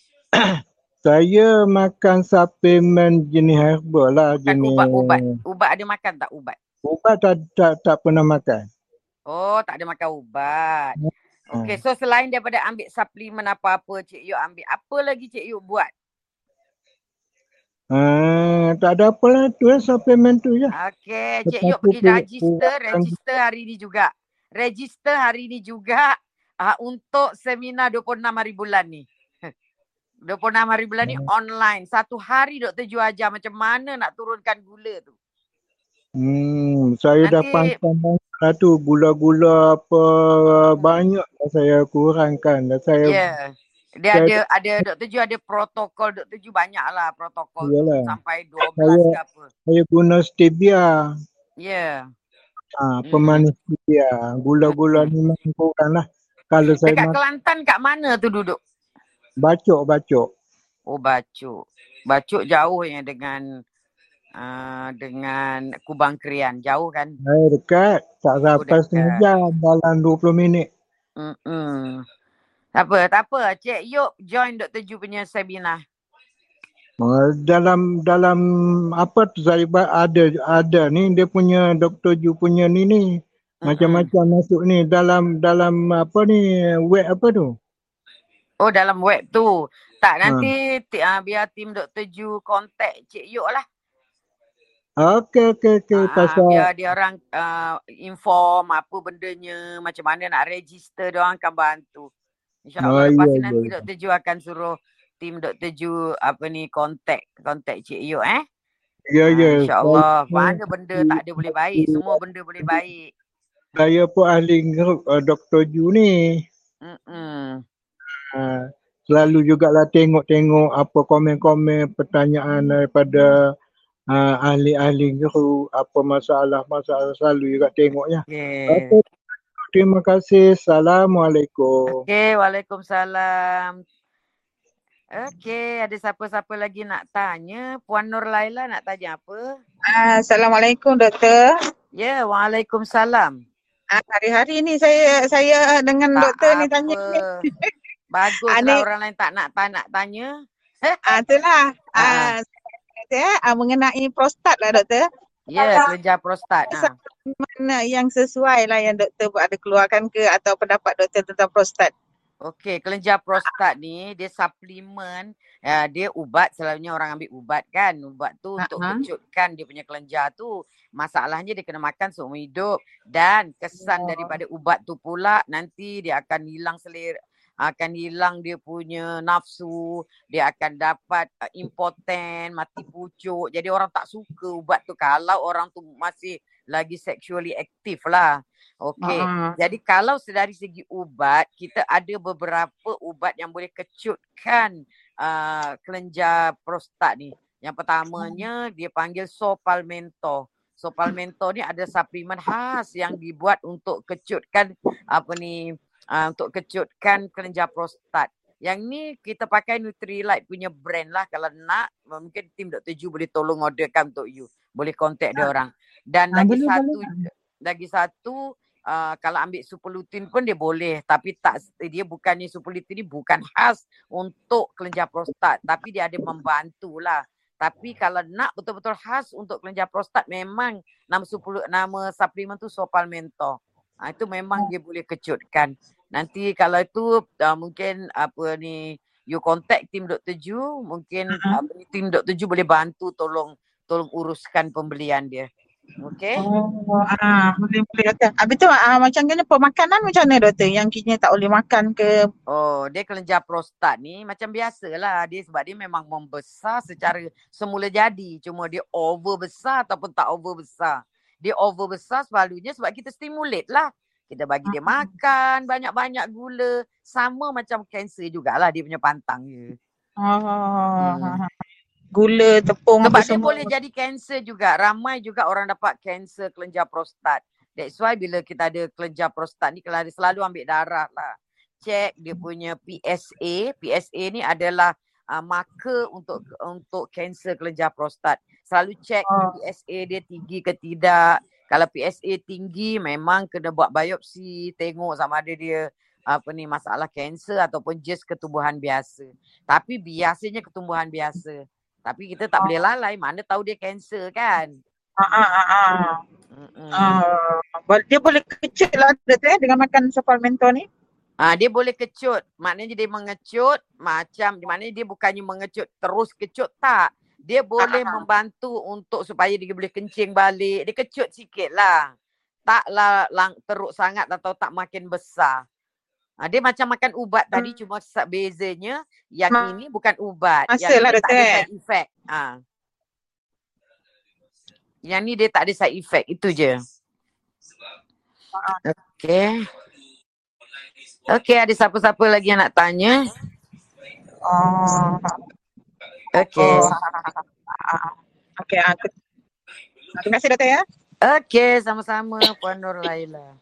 Saya makan suplemen jenis herba lah, Bukan jenis ubat-ubat. Ubat ada makan tak ubat? ubat tak, tak, tak pernah makan. Oh, tak ada makan ubat. Okey, Ha. so selain daripada ambil suplemen apa-apa Cik Yok ambil, apa lagi Cik Yok buat? Ah, tak ada apa lah tu lah, suplemen tu je. Okey, Cik Lepas Yok tu pergi pu- register, kurangkan register hari ni juga. Register hari ni juga uh, untuk seminar dua puluh enam hari bulan ni. dua puluh enam hari bulan ni online. Satu hari Doktor Ju ajar macam mana nak turunkan gula tu. Hmm, saya dah Nanti pantang banyak lah tu, gula-gula apa hmm, banyak dah saya kurangkan. Dah saya, ya. Yeah. Dia saya ada ada Doktor Ju ada protokol, Doktor Ju banyak lah protokol tu iyalah, sampai dua belas saya ke apa. saya guna stevia. Ya. Yeah. Ah, Mm-mm. pemanis stevia. Gula-gula Mm-mm. ni memang kurang lah. Kalau saya Dekat makan Kelantan kat mana tu duduk? bacok-bacok. Oh, Bacuk. Bacuk jauh yang dengan uh, dengan Kubang Krian. Jauh kan? Saya dekat, tak Oh, sampai setengah dekat. jam, dalam dua puluh minit. Mm-mm. Tak apa, tak apa. Cik Yok join Doktor Ju punya seminar. Uh, dalam dalam apa tu saya ba- ada ada ni dia punya Doktor Ju punya ni ni Mm-mm. macam-macam masuk ni dalam dalam apa ni web apa tu. Oh, dalam web tu. Tak, Ha. nanti ti- uh, biar tim Doktor Ju contact Cik Yok lah. Okey okey okey Uh, pasal biar dia orang uh, inform apa bendanya, macam mana nak register, dia orang akan bantu. InsyaAllah. oh Lepas ya tu ya. nanti Doktor Ju akan suruh tim Doktor Ju apa ni contact contact Cik Yok eh. Ya Uh, ya. Saya InsyaAllah. Mana benda tak ada boleh baik. Semua benda boleh baik. saya pun ahli grup uh, Doktor Ju ni. Mm-mm. Uh, selalu jugalah tengok-tengok apa komen-komen pertanyaan daripada uh, ahli-ahli grup, apa masalah-masalah selalu juga tengoknya. Okay. Okey, terima kasih. Assalamualaikum. Okay. Waalaikumsalam. Okay. Ada siapa-siapa lagi nak tanya? Puan Nur Laila nak tanya apa? Ah, Assalamualaikum doktor. Ya. Waalaikumsalam. Ah, hari-hari ni saya saya dengan Tak doktor ni tanya ni. apa. Baguslah Ah, ni orang lain tak nak tak nak tanya. ah itulah Ha. ah saya ah, mengenai prostat lah doktor. Ya, kelenjar prostat. Ha. Mana yang sesuai lah yang doktor buat, ada keluarkan ke atau pendapat doktor tentang prostat? Okey, kelenjar prostat ni dia suplemen, uh, dia ubat, selalunya orang ambil ubat kan. Ubat tu untuk Ha-ha. kecutkan dia punya kelenjar tu. Masalahnya dia kena makan seumur hidup dan kesan Oh. daripada ubat tu pula nanti dia akan hilang selera akan hilang dia punya nafsu, dia akan dapat uh, impoten, mati pucuk. Jadi orang tak suka ubat tu kalau orang tu masih lagi sexually aktif lah. Okey. Uh-uh. Jadi kalau dari segi ubat, kita ada beberapa ubat yang boleh kecutkan uh, kelenjar prostat ni. Yang pertamanya dia panggil Sopalmento. Sopalmento ni ada suplemen khas yang dibuat untuk kecutkan apa ni uh, untuk kecutkan kelenjar prostat. Yang ni kita pakai Nutrilite punya brand lah. Kalau nak mungkin tim Doktor Ju boleh tolong orderkan untuk you. Boleh contact dia orang. Dan Ah, lagi boleh, satu boleh. lagi satu uh, kalau ambil Superlutin pun dia boleh, tapi tak dia bukannya Superlutin ni bukan khas untuk kelenjar prostat, tapi dia ada membantulah. Tapi kalau nak betul-betul khas untuk kelenjar prostat, memang nama suplu, nama suplemen tu Sopalmento. Ha, itu memang dia boleh kecutkan. Nanti kalau itu uh, mungkin apa ni you contact tim Doktor Ju, mungkin Uh-uh. apa ni, tim Doktor Ju boleh bantu tolong tolong uruskan pembelian dia. Okey? Oh, ah, boleh boleh doktor. Habis tu ah, macam mana pemakanan macam mana doktor? Yang kita tak boleh makan ke? Oh, dia kelenjar prostat ni macam biasalah. Dia sebab dia memang membesar secara semula jadi. Cuma dia over besar ataupun tak over besar. Dia over besar selalunya sebab kita stimulate lah. Kita bagi dia makan banyak-banyak gula. Sama macam kanser jugalah dia punya pantang je. Oh, Hmm. gula, tepung Sebab apa dia semua. boleh jadi kanser juga. Ramai juga orang dapat kanser kelenjar prostat. That's why bila kita ada kelenjar prostat ni, kalau ada selalu ambil darah lah. Cek dia punya P S A. P S A ni adalah uh, marker untuk untuk kanser kelenjar prostat. Selalu cek Oh. P S A dia tinggi ke tidak. Kalau P S A tinggi memang kena buat biopsi. Tengok sama ada dia apa ni masalah kanser ataupun just ketumbuhan biasa. Tapi biasanya ketumbuhan biasa. Tapi kita tak boleh lalai, mana tahu dia kanser kan. Ah, ah, ah, ah. Mm-mm. Ah, dia boleh kecut lah doktor eh, dengan makan Sopalmento ni. Ah, dia boleh kecut. Maknanya dia mengecut macam, maknanya dia bukannya mengecut terus kecut, tak. Dia boleh Ah, ah. membantu untuk supaya dia boleh kencing balik. Dia kecut sikit lah. Taklah lang, teruk sangat atau tak makin besar. Ah, dia macam makan ubat tadi, Hmm. cuma sa- bezanya yang Ma- ini bukan ubat. Masa Yang lah ini tak doktor ada eh. side effect. Ah. Yang ni dia tak ada side effect. Itu je. Okey. Okey, ada siapa-siapa lagi yang nak tanya? Oh. Okey. Oh. Okey, aku. Terima kasih doktor ya. Okey, sama-sama Puan Nur Laila.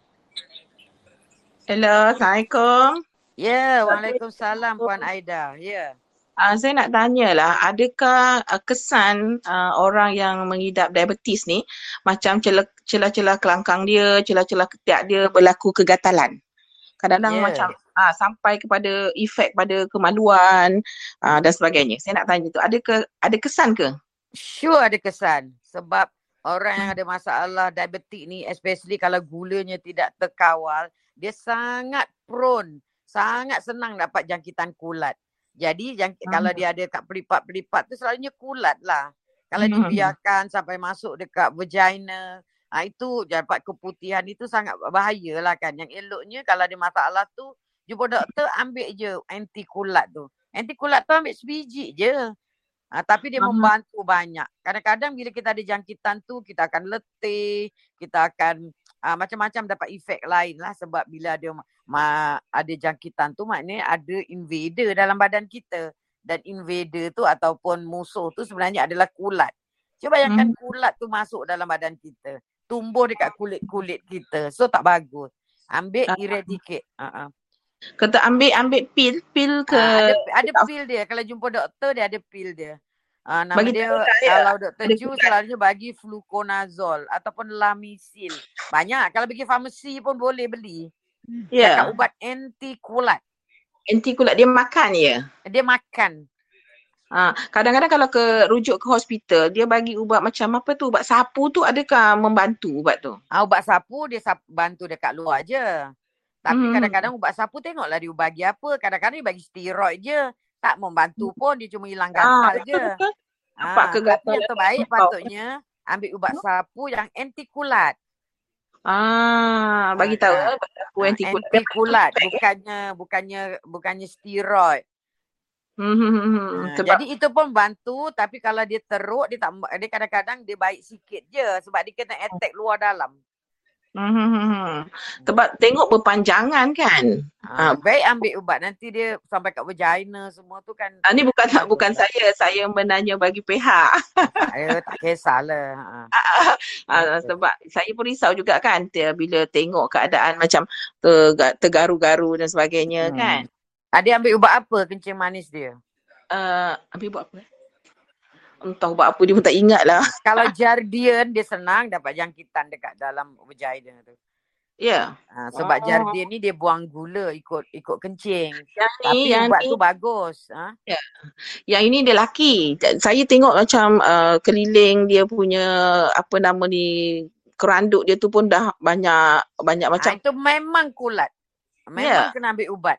Hello, Assalamualaikum. Ya, Waalaikumsalam Puan Aida. Ya. Uh, saya nak tanyalah, adakah uh, kesan uh, orang yang mengidap diabetes ni macam celah- celah-celah kelangkang dia, celah-celah ketiak dia berlaku kegatalan? Kadang-kadang Ya. macam uh, sampai kepada efek pada kemaluan uh, dan sebagainya. Saya nak tanya tu, ada ke ada kesan ke? Sure ada kesan. Sebab orang yang ada masalah diabetik ni, especially kalau gulanya tidak terkawal, dia sangat prone, sangat senang dapat jangkitan kulat. Jadi jang, Hmm. kalau dia ada kat pelipat-pelipat tu selalunya kulat lah. Kalau Hmm. dibiarkan sampai masuk dekat vagina, ha, itu dapat keputihan, itu sangat bahaya lah kan. Yang eloknya kalau ada masalah tu, jumpa doktor ambil je anti kulat tu. Anti kulat tu ambil sebiji je. Ha, tapi dia Hmm. membantu banyak. Kadang-kadang bila kita ada jangkitan tu, kita akan letih, kita akan uh, macam-macam dapat efek lain lah. Sebab bila ada ma, ada jangkitan tu, maknanya ada invader dalam badan kita. Dan invader tu ataupun musuh tu sebenarnya adalah kulat. Cuba bayangkan Hmm. kulat tu masuk dalam badan kita. Tumbuh dekat kulit-kulit kita. So tak bagus. Ambil Ah. eradicate. Uh-uh. Kata ambil ambil pil, pil ke Ah, ada ada tak- pil dia. Kalau jumpa doktor dia ada pil dia. Ah, nama bagi dia tahu tak dia? kalau Doktor Ada Ju kulat. selalunya bagi fluconazole ataupun lamisil. Banyak. Kalau pergi farmasi pun boleh beli. Cakap Ya, ubat anti kulat. anti kulat dia makan je. Dia makan. Ha, kadang-kadang kalau ke rujuk ke hospital, dia bagi ubat macam apa tu, ubat sapu tu, adakah membantu ubat tu? Ah, ubat sapu dia sap, bantu dekat luar je. Tapi Hmm. kadang-kadang ubat sapu tengoklah dia bagi apa. Kadang-kadang dia bagi steroid je. Tak membantu pun, dia cuma hilang Ah, gatal betul je. betul. Nampak Ah, tapi yang kegatalan terbaik kau. patutnya ambil ubat sapu yang anti kulat. Ah, bagi Ah, tahu ah, eh, bagi aku ah, anti kulat. anti kulat, bukannya bukannya bukannya steroid. Hmm, hmm, hmm, hmm. Ah, Sebab jadi itu pun bantu, tapi kalau dia teruk, dia tak dia kadang-kadang dia baik sikit je sebab dia kena attack luar dalam. hmm, hmm, hmm, hmm. Sebab tengok berpanjangan kan. Ah, Ah, baik ambil ubat, nanti dia sampai kat vagina semua tu kan ah, ni bukan bagus bukan lah. saya, saya menanya bagi pihak. Saya tak kisahlah. Ah. Ah, Okey. sebab saya pun risau juga kan dia, bila tengok keadaan macam terga- tergaru-garu dan sebagainya Hmm. kan. Adik ambil ubat apa kencing manis dia? Uh, ambil buat apa? Entah buat apa, dia pun tak ingat lah. Ah, kalau Jardian dia senang dapat jangkitan dekat dalam vagina tu. Ya. Yeah. Ah, sebab Oh. Jardian ni dia buang gula ikut ikut kencing. Yang ni, Tapi yang ubat ni, tu bagus. Ha? ya. Yang ini dia laki. Saya tengok macam uh, keliling dia punya apa nama ni, keranduk dia tu pun dah banyak banyak macam. Ah, itu memang kulat. Memang Ya. kena ambil ubat.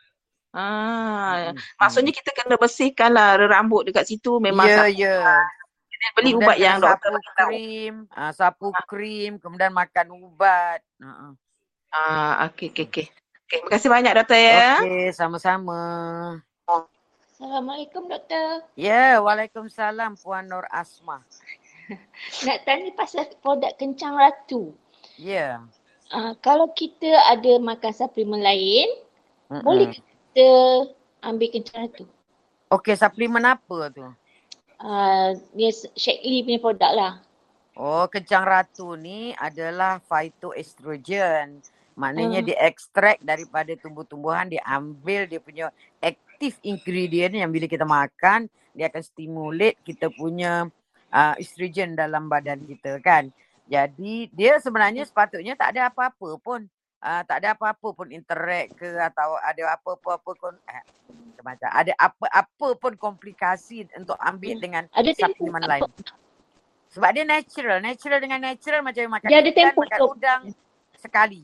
Ah, Hmm. maksudnya kita kena bersihkan lah rambut dekat situ. Memang Ya, sapu. ya. Dia beli Kemudian ubat kena yang doktor sapu bagi tahu. krim, ah, sapu krim, kemudian makan ubat. Uh-uh. Ah, okey, okey, okey. Okey, terima kasih banyak doktor ya. Okey, sama-sama. Assalamualaikum doktor. Ya, Waalaikumsalam Puan Nur Asmah. Nak tanya pasal produk kencang ratu. Ya. Uh, kalau kita ada makan suplemen lain, Mm-mm. boleh kita ambil kencang ratu? Okey, suplemen apa tu? Uh, dia Shaklee punya produk lah. Oh, kencang ratu ni adalah phytoestrogen. Maknanya Hmm. diekstrak daripada tumbuh-tumbuhan, diambil dia punya active ingredient yang bila kita makan, dia akan stimulate kita punya uh, estrogen dalam badan kita kan. Jadi dia sebenarnya sepatutnya tak ada apa-apa pun. Uh, tak ada apa-apa pun interact ke atau ada apa-apa pun eh, macam ada apa-apa pun komplikasi untuk ambil Hmm. dengan Ada tempoh suplemen tak? lain. Sebab dia natural. Natural dengan natural macam makan Dia ada ikan, tempoh makan tu. udang sekali.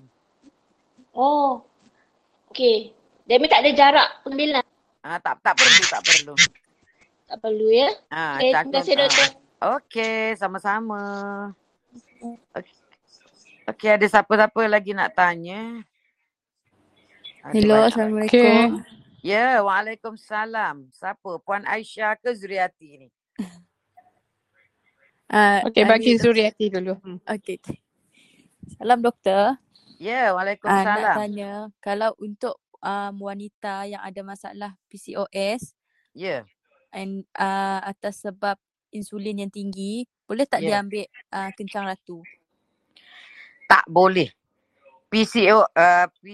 Oh, okey. Dia memang tak ada jarak pengambilan. Ah, tak tak perlu, tak perlu. Tak perlu ya. Ah, Okey, terima cakap. kasih doktor. Ah. Okey, sama-sama. Okey, okay, ada siapa-siapa lagi nak tanya? Ada Hello, banyak. Assalamualaikum. Ya, Waalaikumsalam. Siapa? Puan Aisyah ke Zuriati ni? Uh, Okey, bagi Adik- Zuriati dulu. Hmm. Okey. Salam doktor. Ya, Uh, nak Waalaikumsalam. tanya, kalau untuk um, wanita yang ada masalah P C O S Ya, and uh, atas sebab insulin yang tinggi, boleh tak Ya. dia ambil uh, kencang ratu? tak boleh. P C O uh, P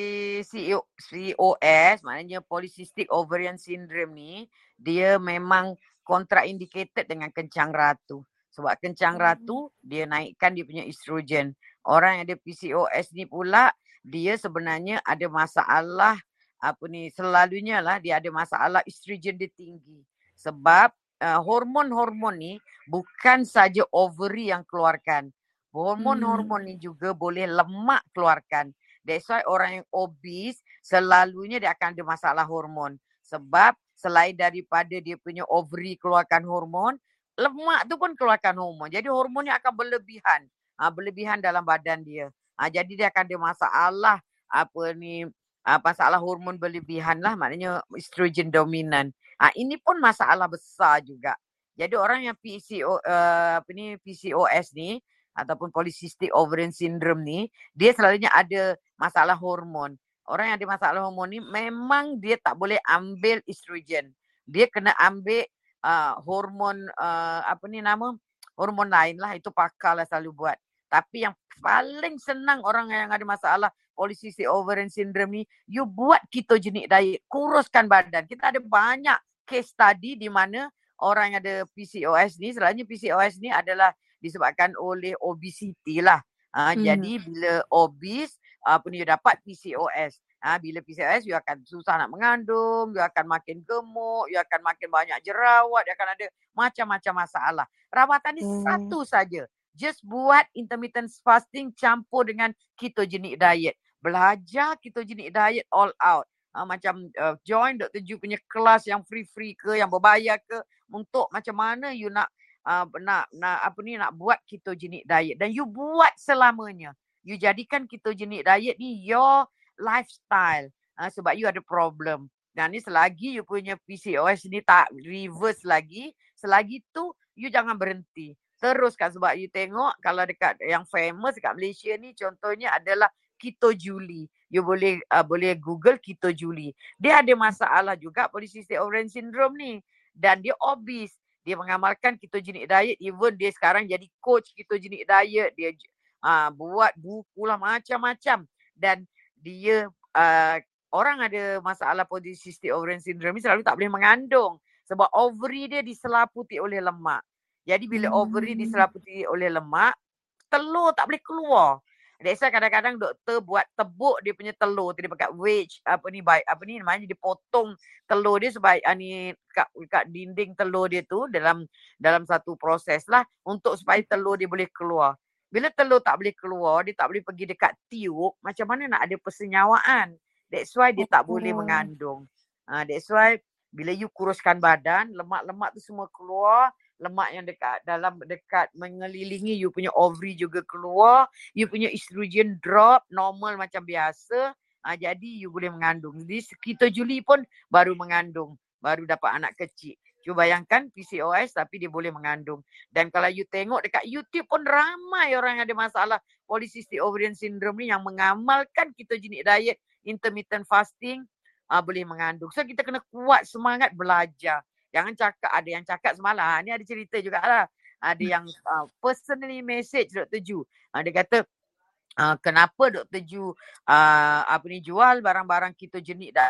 C O P C O S maknanya polycystic ovarian syndrome ni dia memang contraindicated dengan kencang ratu. Sebab kencang ratu dia naikkan dia punya estrogen. Orang yang ada P C O S ni pula dia sebenarnya ada masalah apa ni selalunya lah dia ada masalah estrogen dia tinggi. Sebab uh, hormon-hormon ni bukan saja ovary yang keluarkan. Hormon-hormon ni juga boleh lemak keluarkan. That's why orang yang obese selalunya dia akan ada masalah hormon. Sebab selain daripada dia punya ovary keluarkan hormon, lemak tu pun keluarkan hormon. Jadi hormonnya akan berlebihan. Ha, berlebihan dalam badan dia. Ha, jadi dia akan ada masalah apa ni ha, masalah hormon berlebihan lah, maknanya estrogen dominan. Ha, ini pun masalah besar juga. Jadi orang yang P C O uh, apa ni P C O S ni ataupun polycystic ovarian syndrome ni, dia selalunya ada masalah hormon. Orang yang ada masalah hormon ni memang dia tak boleh ambil estrogen. Dia kena ambil uh, hormon uh, apa ni nama? Hormon lain lah, itu pakar lah selalu buat. Tapi yang paling senang orang yang ada masalah polycystic ovarian syndrome ni, you buat ketogenic diet, kuruskan badan. Kita ada banyak case study di mana orang yang ada P C O S ni, selalunya P C O S ni adalah disebabkan oleh obesity lah. Ha, hmm. Jadi bila obese, apa ni, you dapat P C O S. Ha, bila P C O S, you akan susah nak mengandung, you akan makin gemuk, you akan makin banyak jerawat, you akan ada macam-macam masalah. Rawatan ni hmm. satu saja. Just buat intermittent fasting campur dengan ketogenic diet. Belajar ketogenic diet all out. Ha, macam uh, join Doktor Ju punya kelas yang free-free ke, yang berbayar ke, untuk macam mana you nak Uh, nak nak apa ni nak buat ketogenic diet dan you buat selamanya. You jadikan ketogenic diet ni your lifestyle. Uh, sebab you ada problem. Dan ni selagi you punya P C O S ni tak reverse lagi, selagi tu you jangan berhenti. Teruskan sebab you tengok kalau dekat yang famous dekat Malaysia ni contohnya adalah Keto Julie. You boleh uh, boleh Google Keto Julie. Dia ada masalah juga polycystic ovarian syndrome ni. Dan dia obese. Dia mengamalkan ketogenic diet. Even dia sekarang jadi coach ketogenic diet. Dia uh, buat buku lah macam-macam. Dan dia uh, orang ada masalah polycystic ovarian syndrome ni selalu tak boleh mengandung. Sebab ovary dia diselaputi oleh lemak. Jadi bila ovary diselaputi oleh lemak, telur tak boleh keluar. That's why kadang-kadang doktor buat tebuk dia punya telur. Dia pakai wedge, apa ni, baik, apa ni namanya, dia potong telur dia supaya uh, ni kat, kat dinding telur dia tu dalam dalam satu proses lah untuk supaya telur dia boleh keluar. Bila telur tak boleh keluar, dia tak boleh pergi dekat tiup, macam mana nak ada persenyawaan. That's why dia tak boleh mengandung. Uh, that's why bila you kuruskan badan, lemak-lemak tu semua keluar. Lemak yang dekat dalam dekat mengelilingi you punya ovary juga keluar. You punya estrogen drop normal macam biasa. Uh, jadi you boleh mengandung. Jadi Keto Julie pun baru mengandung. Baru dapat anak kecil. Cuba bayangkan P C O S tapi dia boleh mengandung. Dan kalau you tengok dekat YouTube pun ramai orang yang ada masalah polycystic ovarian syndrome ni yang mengamalkan ketogenic diet, intermittent fasting, uh, boleh mengandung. So kita kena kuat semangat belajar. Jangan cakap, ada yang cakap semalam, ni ada cerita jugalah. Ada yang uh, personally message Doktor Ju. Uh, dia kata, uh, kenapa Doktor Ju uh, apa ni jual barang-barang ketogenic dah.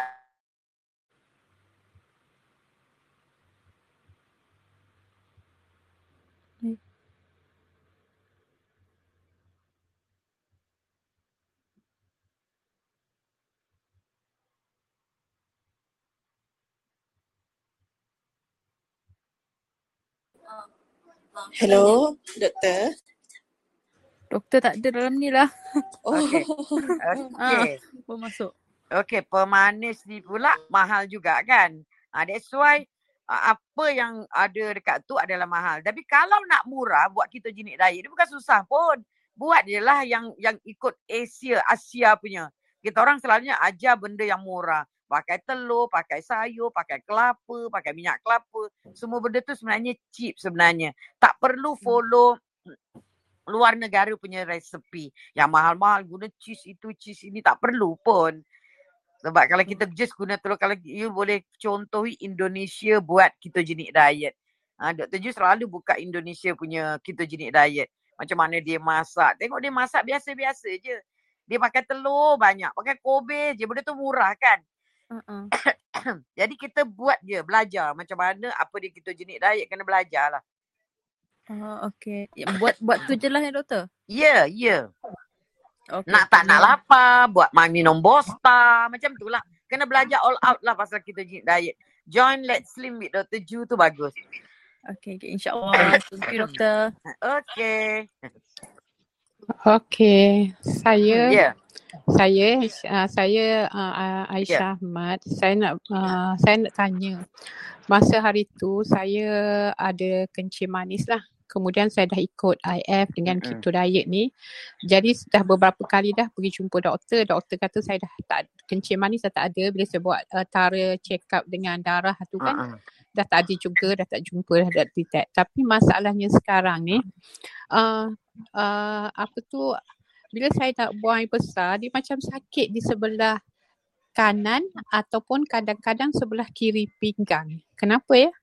Hmm. Hello, doktor. Doktor tak ada dalam ni lah. Oh. Okey. Okey. Ah, baru masuk. Okey, pemanis ni pula mahal juga kan. Uh, that's why uh, apa yang ada dekat tu adalah mahal. Tapi kalau nak murah buat ketogenic diet, dia bukan susah pun. Buat je lah yang yang ikut Asia, Asia punya. Kita orang selalunya ajar benda yang murah. Pakai telur, pakai sayur, pakai kelapa, pakai minyak kelapa. Semua benda tu sebenarnya cheap sebenarnya. Tak perlu follow luar negara punya resepi. Yang mahal-mahal guna cheese itu, cheese ini. Tak perlu pun. Sebab kalau kita just guna telur, kalau you boleh contohi Indonesia buat ketogenic diet. Ha, Doktor Ju selalu buka Indonesia punya ketogenic diet. Macam mana dia masak. Tengok dia masak biasa-biasa je. Dia pakai telur banyak. Pakai kobe je. Benda tu murah kan. Uh-uh. Jadi kita buat je, belajar macam mana apa dia ketogenic diet, kena belajar lah. Oh, okey. Ya, buat buat tu je lah ya doktor? Ya, yeah, ya. Yeah. Okay, nak tak nak lapar, buat minum Bosta, macam tu lah. Kena belajar all out lah pasal ketogenic diet. Join Let's Slim with Doktor Ju tu bagus. Okey, okay, insyaAllah. Thank you doktor. Okey. Okey, saya yeah. saya uh, saya uh, Aisyah yeah. Ahmad. Saya nak uh, saya nak tanya. Masa hari tu saya ada kencing manis lah. Kemudian saya dah ikut I F dengan mm-hmm. keto diet ni. Jadi dah beberapa kali dah pergi jumpa doktor. Doktor kata saya dah tak kencing manis dah tak ada. Bila saya buat uh, tara check up dengan darah tu kan. Uh-huh. Dah tak ada juga, dah tak jumpa, dah tak detect. Tapi masalahnya sekarang ni, uh, uh, apa tu, bila saya nak buang air besar, dia macam sakit di sebelah kanan ataupun kadang-kadang sebelah kiri pinggang. Kenapa ya?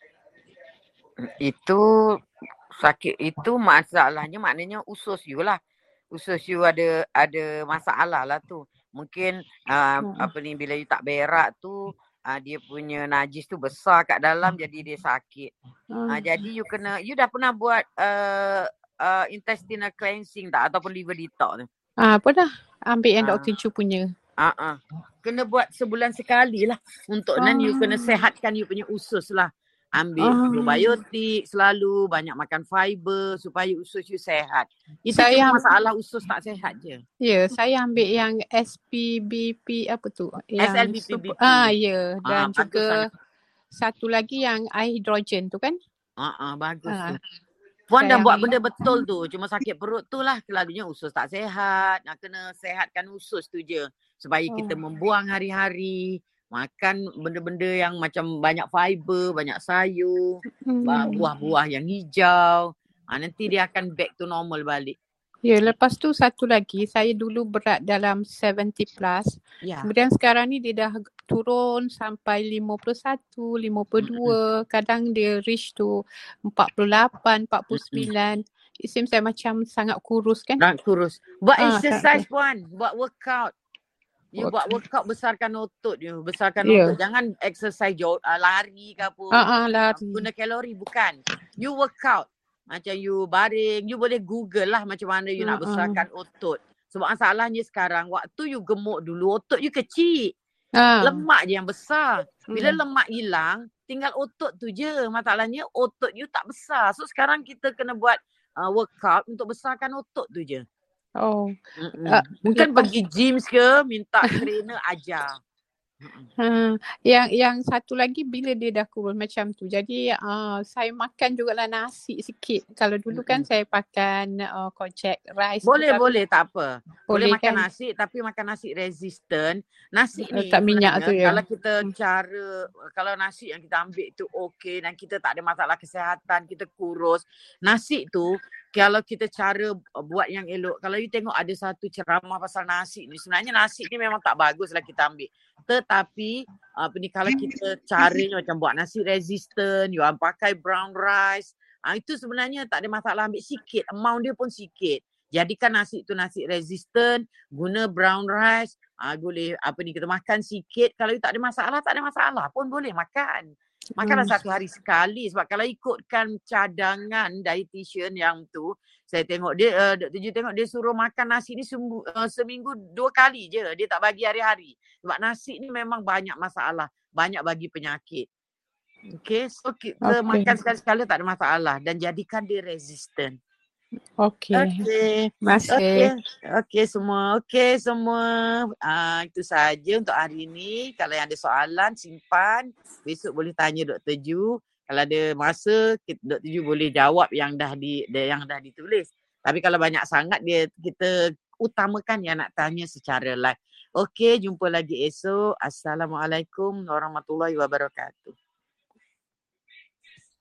Itu sakit, itu masalahnya maknanya usus you lah. Usus you ada ada masalah lah tu. Mungkin uh, hmm. apa ni, bila you tak berak tu, Uh, dia punya najis tu besar kat dalam jadi dia sakit. Hmm. Uh, jadi you kena, you dah pernah buat uh, uh, intestinal cleansing tak ataupun liver detox tu? Ah, apa dah? Ambil yang uh. Doktor Ju punya. Ah uh, uh. Kena buat sebulan sekali lah untuk uh. nan you kena sehatkan you punya usus lah. Ambil uh. probiotik selalu, banyak makan fiber supaya usus you sehat. Itu saya cuma masalah usus tak sehat je. Ya, yeah, saya ambil yang S P B P apa tu? S L B P B P. Ah, ya. Yeah. Dan ah, juga bagus, satu lagi yang air hidrogen tu kan? Ah, uh, uh, bagus uh. tu. Puan dah buat Sayangi. benda betul tu. Cuma sakit perut tu lah. Kelalunya usus tak sehat. Nak kena sehatkan usus tu je. Supaya kita Oh. membuang hari-hari. Makan benda-benda yang macam banyak fiber, banyak sayur. ba- Hmm. Buah-buah yang hijau. Ha, nanti dia akan back to normal balik. Ya, lepas tu satu lagi, saya dulu berat dalam tujuh puluh plus. Ya. Kemudian sekarang ni dia dah turun sampai lima puluh satu, lima puluh dua. Kadang dia reach to empat puluh lapan, empat puluh sembilan. It seems like macam sangat kurus kan? Nak kurus. Buat Ah, exercise sangat Puan. Buat workout. You buat workout besarkan otot you. Besarkan Ya. otot. Jangan exercise jauh, uh, lari ke apa. Ah, ah, uh, lari. Guna kalori. Bukan. You workout. Macam you baring. You boleh google lah macam mana you nak Ah, ah. besarkan otot. Sebab masalahnya sekarang waktu you gemuk dulu otot you kecil. Ah. Lemak je yang besar. Bila Hmm. lemak hilang tinggal otot tu je. Masalahnya otot you tak besar. So sekarang kita kena buat uh, workout untuk besarkan otot tu je. Oh. Mm-mm. Uh, Mungkin lepas pergi gym ke minta trainer ajar. Ha, yang yang satu lagi bila dia dah kurus macam tu. Jadi uh, saya makan jugalah nasi sikit. Kalau dulu kan Mm-mm. saya makan uh, kocek rice Boleh tu, tapi boleh tak apa. Boleh boleh makan kan? nasi tapi makan nasi resistant. Nasi Uh, ni tak minyak sebenarnya tu ya. kalau kita Hmm. cara kalau nasi yang kita ambil tu okey dan kita tak ada masalah kesihatan, kita kurus. Nasi tu kalau kita cara buat yang elok. Kalau you tengok ada satu ceramah pasal nasi ni, sebenarnya nasi ni memang tak baguslah kita ambil. Tetapi apa ni kalau kita caranya macam buat nasi resistant, you pakai brown rice, ah itu sebenarnya tak ada masalah, ambil sikit, amount dia pun sikit. Jadikan nasi tu nasi resistant, guna brown rice, ah boleh apa ni kita makan sikit. Kalau you tak ada masalah, tak ada masalah pun boleh makan. Makanlah Hmm. satu hari sekali sebab kalau ikutkan cadangan dietitian yang tu, saya tengok dia uh, Doktor Ju tengok dia suruh makan nasi ni sembu, uh, seminggu dua kali je. Dia tak bagi hari-hari. Sebab nasi ni memang banyak masalah, banyak bagi penyakit. Okay, so kita Okey. makan sekali-sekala tak ada masalah dan jadikan dia resistant. Okey. Okey. Terima Okey. kasih. Okey semua. Okey semua. Ah itu saja untuk hari ini. Kalau yang ada soalan simpan. Besok boleh tanya Doktor Ju. Kalau ada masa Doktor Ju boleh jawab yang dah di yang dah ditulis. Tapi kalau banyak sangat dia kita utamakan yang nak tanya secara live. Okey, jumpa lagi esok. Assalamualaikum warahmatullahi wabarakatuh.